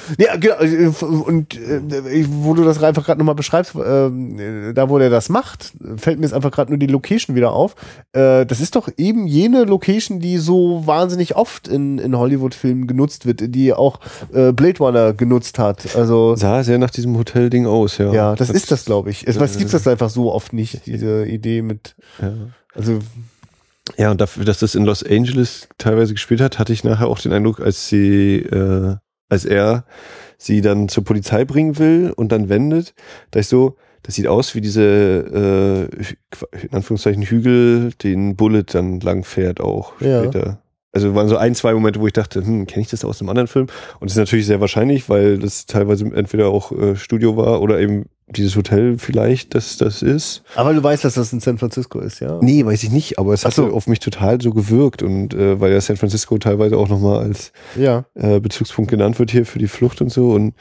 Ja, genau. Und äh, wo du das einfach gerade nochmal beschreibst, äh, da wo der das macht, fällt mir jetzt einfach gerade nur die Location wieder auf. Äh, das ist doch eben jene Location, die so wahnsinnig oft in, in Hollywood-Filmen genutzt wird, die auch äh, Blade Runner genutzt hat. Also sah sehr nach diesem Hotel-Ding aus, ja. Ja, das, das ist das, glaube ich. Es äh, gibt das einfach so oft nicht, diese Idee mit. Ja. Also ja, und dafür, dass das in Los Angeles teilweise gespielt hat, hatte ich nachher auch den Eindruck, als sie, äh, als er sie dann zur Polizei bringen will und dann wendet, da ich so, das sieht aus wie diese, äh, in Anführungszeichen, Hügel, den Bullet dann lang fährt auch später. Ja. Also waren so ein, zwei Momente, wo ich dachte, hm, kenne ich das aus einem anderen Film? Und das ist natürlich sehr wahrscheinlich, weil das teilweise entweder auch äh, Studio war oder eben dieses Hotel vielleicht, dass das ist. Aber du weißt, dass das in San Francisco ist, ja? Nee, weiß ich nicht, aber es hat so auf mich total so gewirkt und äh, weil ja San Francisco teilweise auch nochmal als ja. äh, Bezugspunkt genannt wird hier für die Flucht und so und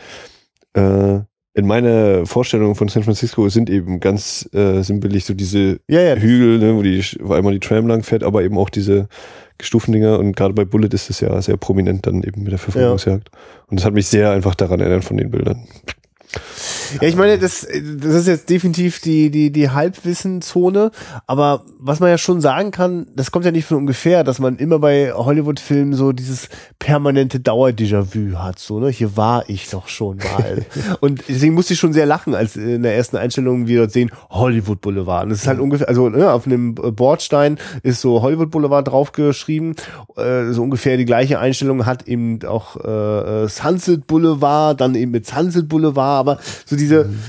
äh, in meiner Vorstellung von San Francisco sind eben ganz äh, sinnbildlich so diese ja, ja. Hügel, ne, wo, die, wo einmal die Tram lang fährt, aber eben auch diese Gestufendinger und gerade bei Bullet ist es ja sehr prominent dann eben mit der Verfolgungsjagd. Ja. Und das hat mich sehr einfach daran erinnert von den Bildern. Ja, ich meine, das, das ist jetzt definitiv die, die, die Halbwissenzone, aber was man ja schon sagen kann, das kommt ja nicht von ungefähr, dass man immer bei Hollywood-Filmen so dieses permanente Dauer-Déjà-vu hat, so, ne, hier war ich doch schon mal. Und deswegen musste ich schon sehr lachen, als in der ersten Einstellung wir dort sehen, Hollywood Boulevard. Und das ist halt ungefähr, also, ne, auf einem Bordstein ist so Hollywood Boulevard draufgeschrieben, äh, so ungefähr die gleiche Einstellung hat eben auch äh, Sunset Boulevard, dann eben mit Sunset Boulevard, aber so diese, mhm.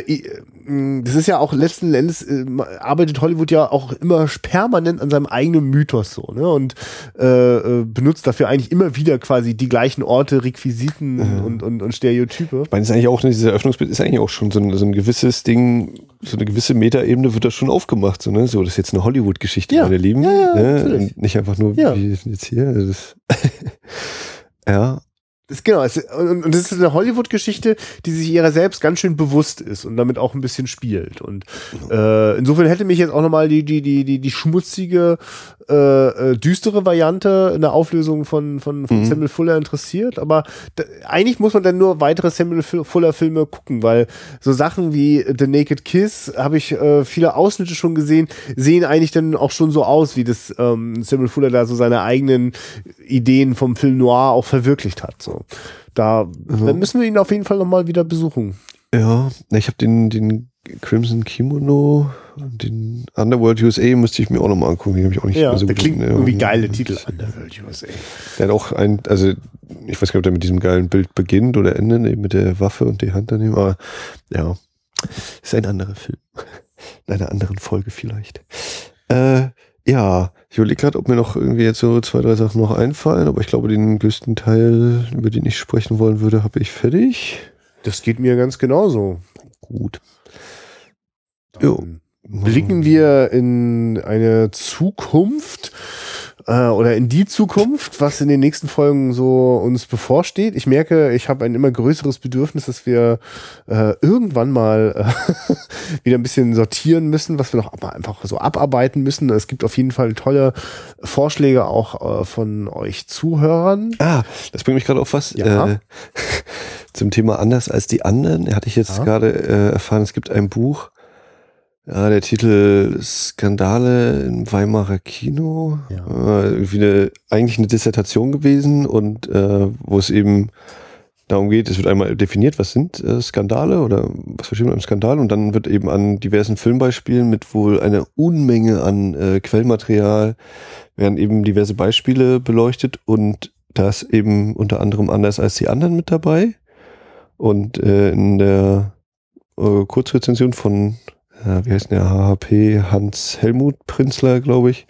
äh, das ist ja auch letzten Endes, äh, arbeitet Hollywood ja auch immer permanent an seinem eigenen Mythos so, ne, und äh, benutzt dafür eigentlich immer wieder quasi die gleichen Orte, Requisiten mhm. und, und, und Stereotype. Ich meine, es ist eigentlich auch, ne, dieser Eröffnungsbild ist eigentlich auch schon so ein, so ein gewisses Ding, so eine gewisse Metaebene wird da schon aufgemacht, so, ne, so, das ist jetzt eine Hollywood-Geschichte, ja. meine Lieben, ja, ja, ne? Und nicht einfach nur, ja. wie jetzt hier, also das ja. Das, genau, es, und, und das ist eine Hollywood-Geschichte, die sich ihrer selbst ganz schön bewusst ist und damit auch ein bisschen spielt. Und äh, insofern hätte mich jetzt auch nochmal die, die, die, die, die schmutzige, äh, äh, düstere Variante in der Auflösung von, von, von mhm. Samuel Fuller interessiert. Aber da, eigentlich muss man dann nur weitere Samuel Fuller-Filme gucken, weil so Sachen wie The Naked Kiss, habe ich äh, viele Ausschnitte schon gesehen, sehen eigentlich dann auch schon so aus, wie das ähm, Samuel Fuller da so seine eigenen Ideen vom Film Noir auch verwirklicht hat. So. Da ja. Dann müssen wir ihn auf jeden Fall nochmal wieder besuchen. Ja, ich habe den, den Crimson Kimono, den Underworld U S A müsste ich mir auch nochmal angucken. Den habe ich auch nicht ja, mehr so der gut. Klingt ja, irgendwie geile Titel, Underworld U S A. Der hat auch ein, also ich weiß gar nicht, ob der mit diesem geilen Bild beginnt oder endet, eben mit der Waffe und die Hand daneben, aber ja, ist ein anderer Film. In einer anderen Folge vielleicht. Äh, ja, ich überlege gerade, ob mir noch irgendwie jetzt so zwei, drei Sachen noch einfallen, aber ich glaube, den größten Teil, über den ich sprechen wollen würde, habe ich fertig. Das geht mir ganz genauso. Gut. Jo. Blicken wir in eine Zukunft äh, oder in die Zukunft, was in den nächsten Folgen so uns bevorsteht. Ich merke, ich habe ein immer größeres Bedürfnis, dass wir äh, irgendwann mal äh, wieder ein bisschen sortieren müssen, was wir noch einfach so abarbeiten müssen. Es gibt auf jeden Fall tolle Vorschläge auch äh, von euch Zuhörern. Ah, das bringt mich gerade auf was. Ja. Äh, zum Thema anders als die anderen. Hatte ich jetzt ja. gerade äh, erfahren, es gibt ein Buch. Ja, der Titel Skandale im Weimarer Kino. Ja. Äh, irgendwie eine, eigentlich eine Dissertation gewesen und äh, wo es eben darum geht, es wird einmal definiert, was sind äh, Skandale oder was versteht man im Skandal und dann wird eben an diversen Filmbeispielen mit wohl einer Unmenge an äh, Quellmaterial werden eben diverse Beispiele beleuchtet und das eben unter anderem anders als die anderen mit dabei. Und äh, in der äh, Kurzrezension von Ja, wie heißt der H H P, Hans Helmut Prinzler, glaube ich,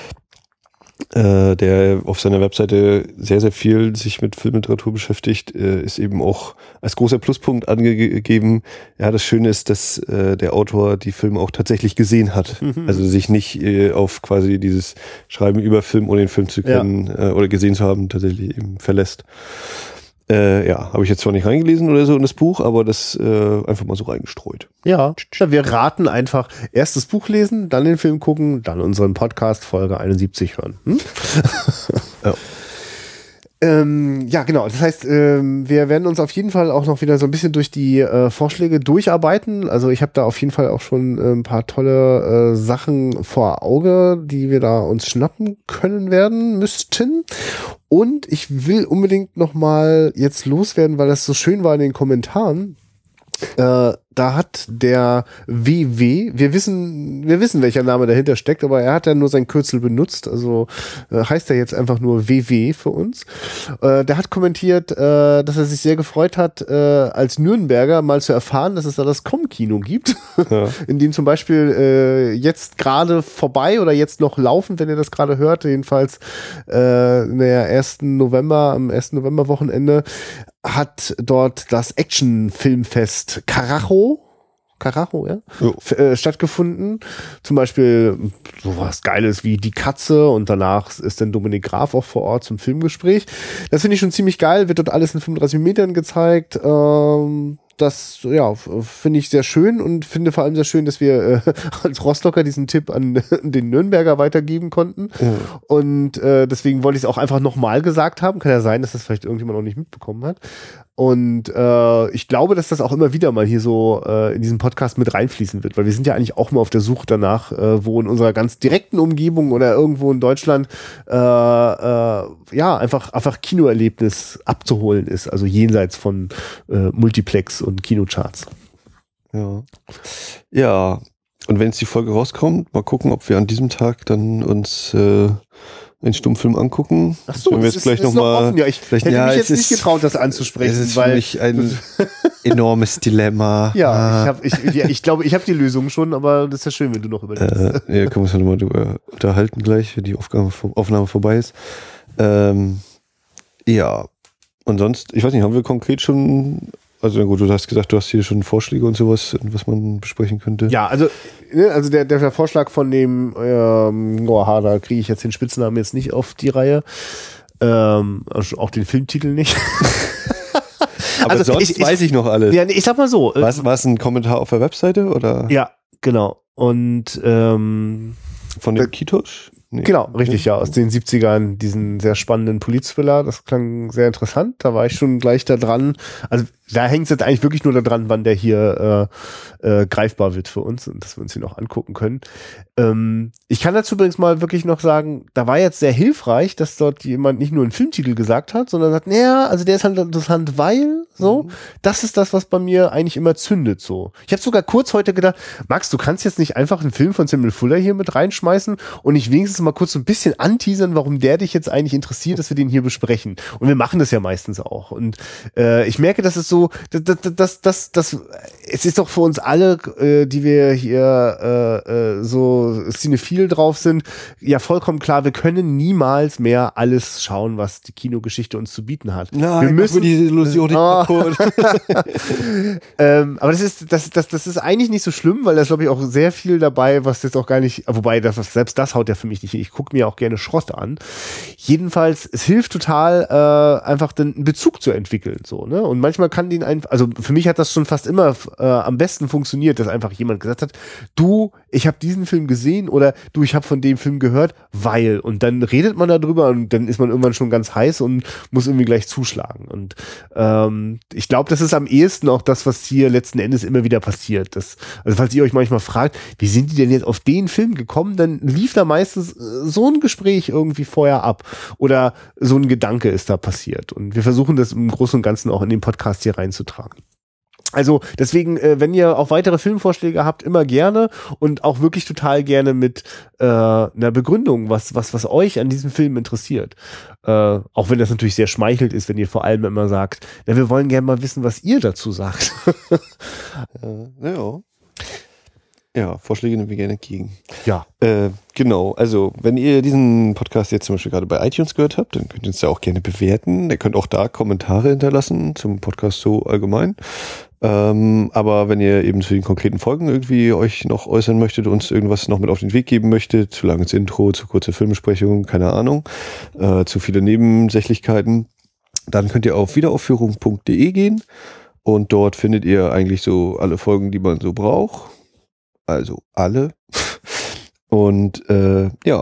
äh, der auf seiner Webseite sehr, sehr viel sich mit Filmliteratur beschäftigt, äh, ist eben auch als großer Pluspunkt angegeben. Ja, das Schöne ist, dass äh, der Autor die Filme auch tatsächlich gesehen hat. Mhm. Also sich nicht äh, auf quasi dieses Schreiben über Film, ohne den Film zu kennen ja. äh, oder gesehen zu haben, tatsächlich eben verlässt. Äh, ja, habe ich jetzt zwar nicht reingelesen oder so in das Buch, aber das äh, einfach mal so reingestreut. Ja, wir raten einfach, erst das Buch lesen, dann den Film gucken, dann unseren Podcast Folge einundsiebzig hören. Hm? Ja. Ähm, ja, genau. Das heißt, ähm, wir werden uns auf jeden Fall auch noch wieder so ein bisschen durch die äh, Vorschläge durcharbeiten. Also ich habe da auf jeden Fall auch schon äh, ein paar tolle äh, Sachen vor Auge, die wir da uns schnappen können werden müssten. Und ich will unbedingt noch mal jetzt loswerden, weil das so schön war in den Kommentaren. Äh, da hat der W W, wir wissen, wir wissen, welcher Name dahinter steckt, aber er hat ja nur sein Kürzel benutzt, also äh, heißt er jetzt einfach nur W W für uns. Äh, der hat kommentiert, äh, dass er sich sehr gefreut hat, äh, als Nürnberger mal zu erfahren, dass es da das Com-Kino gibt, ja. in dem zum Beispiel äh, jetzt gerade vorbei oder jetzt noch laufend, wenn ihr das gerade hört, jedenfalls äh, in der ersten November, am ersten November-Wochenende, hat dort das Action-Filmfest Karacho, Karacho, ja, F- äh, stattgefunden. Zum Beispiel sowas Geiles wie Die Katze und danach ist dann Dominik Graf auch vor Ort zum Filmgespräch. Das finde ich schon ziemlich geil, wird dort alles in fünfunddreißig Metern gezeigt. Ähm, das, ja, finde ich sehr schön und finde vor allem sehr schön, dass wir äh, als Rostocker diesen Tipp an den Nürnberger weitergeben konnten. Ja. Und äh, deswegen wollte ich es auch einfach nochmal gesagt haben. Kann ja sein, dass das vielleicht irgendjemand noch nicht mitbekommen hat. Und äh, ich glaube, dass das auch immer wieder mal hier so äh, in diesen Podcast mit reinfließen wird, weil wir sind ja eigentlich auch mal auf der Suche danach, äh, wo in unserer ganz direkten Umgebung oder irgendwo in Deutschland äh, äh, ja einfach einfach Kinoerlebnis abzuholen ist, also jenseits von äh, Multiplex und Kinocharts. Ja, ja. Und wenn jetzt die Folge rauskommt, mal gucken, ob wir an diesem Tag dann uns äh, einen Stummfilm angucken. Ach so, das ist, ist noch, noch mal, ja, ich hätte ja, mich jetzt nicht getraut, das anzusprechen. Es ist weil für mich ein enormes Dilemma. Ja, ah. ich, hab, ich, ja, ich glaube, ich habe die Lösung schon, aber das ist ja schön, wenn du noch überlegst. Äh, ja, können wir uns ja nochmal drüber unterhalten gleich, wenn die Aufgabe, Aufnahme vorbei ist. Ähm, ja, und sonst, ich weiß nicht, haben wir konkret schon... Also na gut, du hast gesagt, du hast hier schon Vorschläge und sowas, was man besprechen könnte. Ja, also, ne, also der, der Vorschlag von dem, ähm, oh, da kriege ich jetzt den Spitznamen jetzt nicht auf die Reihe. Ähm, also auch den Filmtitel nicht. Aber also, sonst ich, weiß ich noch alles. Ja, ich sag mal so. War es ein Kommentar auf der Webseite oder? Ja, genau. Und ähm, von dem Kitosch? Nee. Genau, richtig, ja, aus den siebzigern, diesen sehr spannenden Polit-Thriller, das klang sehr interessant, da war ich schon gleich da dran, also da hängt es jetzt eigentlich wirklich nur daran, wann der hier äh, äh, greifbar wird für uns und dass wir uns ihn auch angucken können. Ähm, ich kann dazu übrigens mal wirklich noch sagen, da war jetzt sehr hilfreich, dass dort jemand nicht nur einen Filmtitel gesagt hat, sondern sagt, naja, also der ist halt interessant, weil, so, mhm. das ist das, was bei mir eigentlich immer zündet, so. Ich habe sogar kurz heute gedacht, Max, du kannst jetzt nicht einfach einen Film von Samuel Fuller hier mit reinschmeißen und nicht wenigstens mal kurz so ein bisschen anteasern, warum der dich jetzt eigentlich interessiert, dass wir den hier besprechen. Und wir machen das ja meistens auch. Und äh, ich merke, dass es so, das, das, das, das, das, es ist doch für uns alle, äh, die wir hier äh, äh, so cinephil drauf sind, ja vollkommen klar, wir können niemals mehr alles schauen, was die Kinogeschichte uns zu bieten hat. Nein, wir müssen die Illusion oh. ähm, aber das ist, das, das, das ist eigentlich nicht so schlimm, weil da ist, glaube ich, auch sehr viel dabei, was jetzt auch gar nicht, wobei das, selbst das haut ja für mich nicht hin. Ich gucke mir auch gerne Schrott an. Jedenfalls, es hilft total, äh, einfach den einen Bezug zu entwickeln, so, ne? Und manchmal kann den einfach, also für mich hat das schon fast immer äh, am besten funktioniert, dass einfach jemand gesagt hat, du, ich habe diesen Film gesehen oder du, ich habe von dem Film gehört, weil, und dann redet man darüber und dann ist man irgendwann schon ganz heiß und muss irgendwie gleich zuschlagen. Und ähm, ich glaube, das ist am ehesten auch das, was hier letzten Endes immer wieder passiert. Das, also falls ihr euch manchmal fragt, wie sind die denn jetzt auf den Film gekommen, dann lief da meistens so ein Gespräch irgendwie vorher ab oder so ein Gedanke ist da passiert. Und wir versuchen das im Großen und Ganzen auch in den Podcast hier reinzutragen. Also deswegen, äh, wenn ihr auch weitere Filmvorschläge habt, immer gerne und auch wirklich total gerne mit äh, einer Begründung, was was was euch an diesem Film interessiert. Äh, auch wenn das natürlich sehr schmeichelt ist, wenn ihr vor allem immer sagt, ja, wir wollen gerne mal wissen, was ihr dazu sagt. äh, ja. Ja, Vorschläge nehmen wir gerne entgegen. Ja. Äh, genau, also wenn ihr diesen Podcast jetzt zum Beispiel gerade bei iTunes gehört habt, dann könnt ihr uns ja auch gerne bewerten. Ihr könnt auch da Kommentare hinterlassen zum Podcast so allgemein. Ähm, aber wenn ihr eben zu den konkreten Folgen irgendwie euch noch äußern möchtet, uns irgendwas noch mit auf den Weg geben möchtet, zu langes Intro, zu kurze Filmbesprechung, keine Ahnung, äh, zu viele Nebensächlichkeiten, dann könnt ihr auf wiederaufführung punkt de gehen und dort findet ihr eigentlich so alle Folgen, die man so braucht. Also alle. Und äh, ja,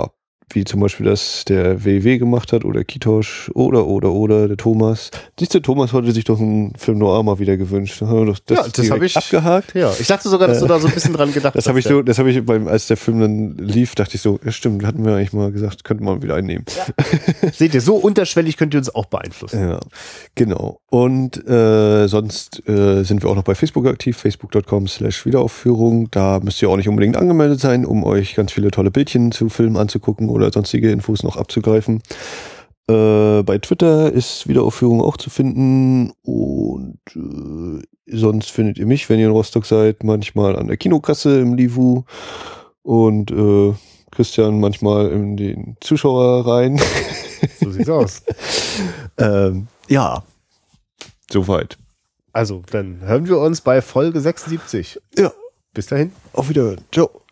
wie zum Beispiel das der W W gemacht hat oder Kitosch oder, oder, oder der Thomas. Siehst du, Thomas hatte sich doch einen Film Noir mal wieder gewünscht. Da haben wir doch das, ja, das habe ich abgehakt. Ja, ich dachte sogar, dass äh, du da so ein bisschen dran gedacht das hast. Habe ich so, das habe ich beim, als der Film dann lief, dachte ich so, ja stimmt, hatten wir eigentlich mal gesagt, könnten wir mal wieder einnehmen. Ja. Seht ihr, so unterschwellig könnt ihr uns auch beeinflussen. Ja, genau. Und äh, sonst äh, sind wir auch noch bei Facebook aktiv, facebook punkt com slash Wiederaufführung. Da müsst ihr auch nicht unbedingt angemeldet sein, um euch ganz viele tolle Bildchen zu Filmen anzugucken oder sonstige Infos noch abzugreifen. Äh, bei Twitter ist Wiederaufführung auch zu finden und äh, sonst findet ihr mich, wenn ihr in Rostock seid, manchmal an der Kinokasse im Livu und äh, Christian manchmal in den Zuschauerreihen. So sieht's aus. ähm, ja, soweit. Also, dann hören wir uns bei Folge sechsundsiebzig. Ja. Bis dahin. Auf Wiederhören. Ciao.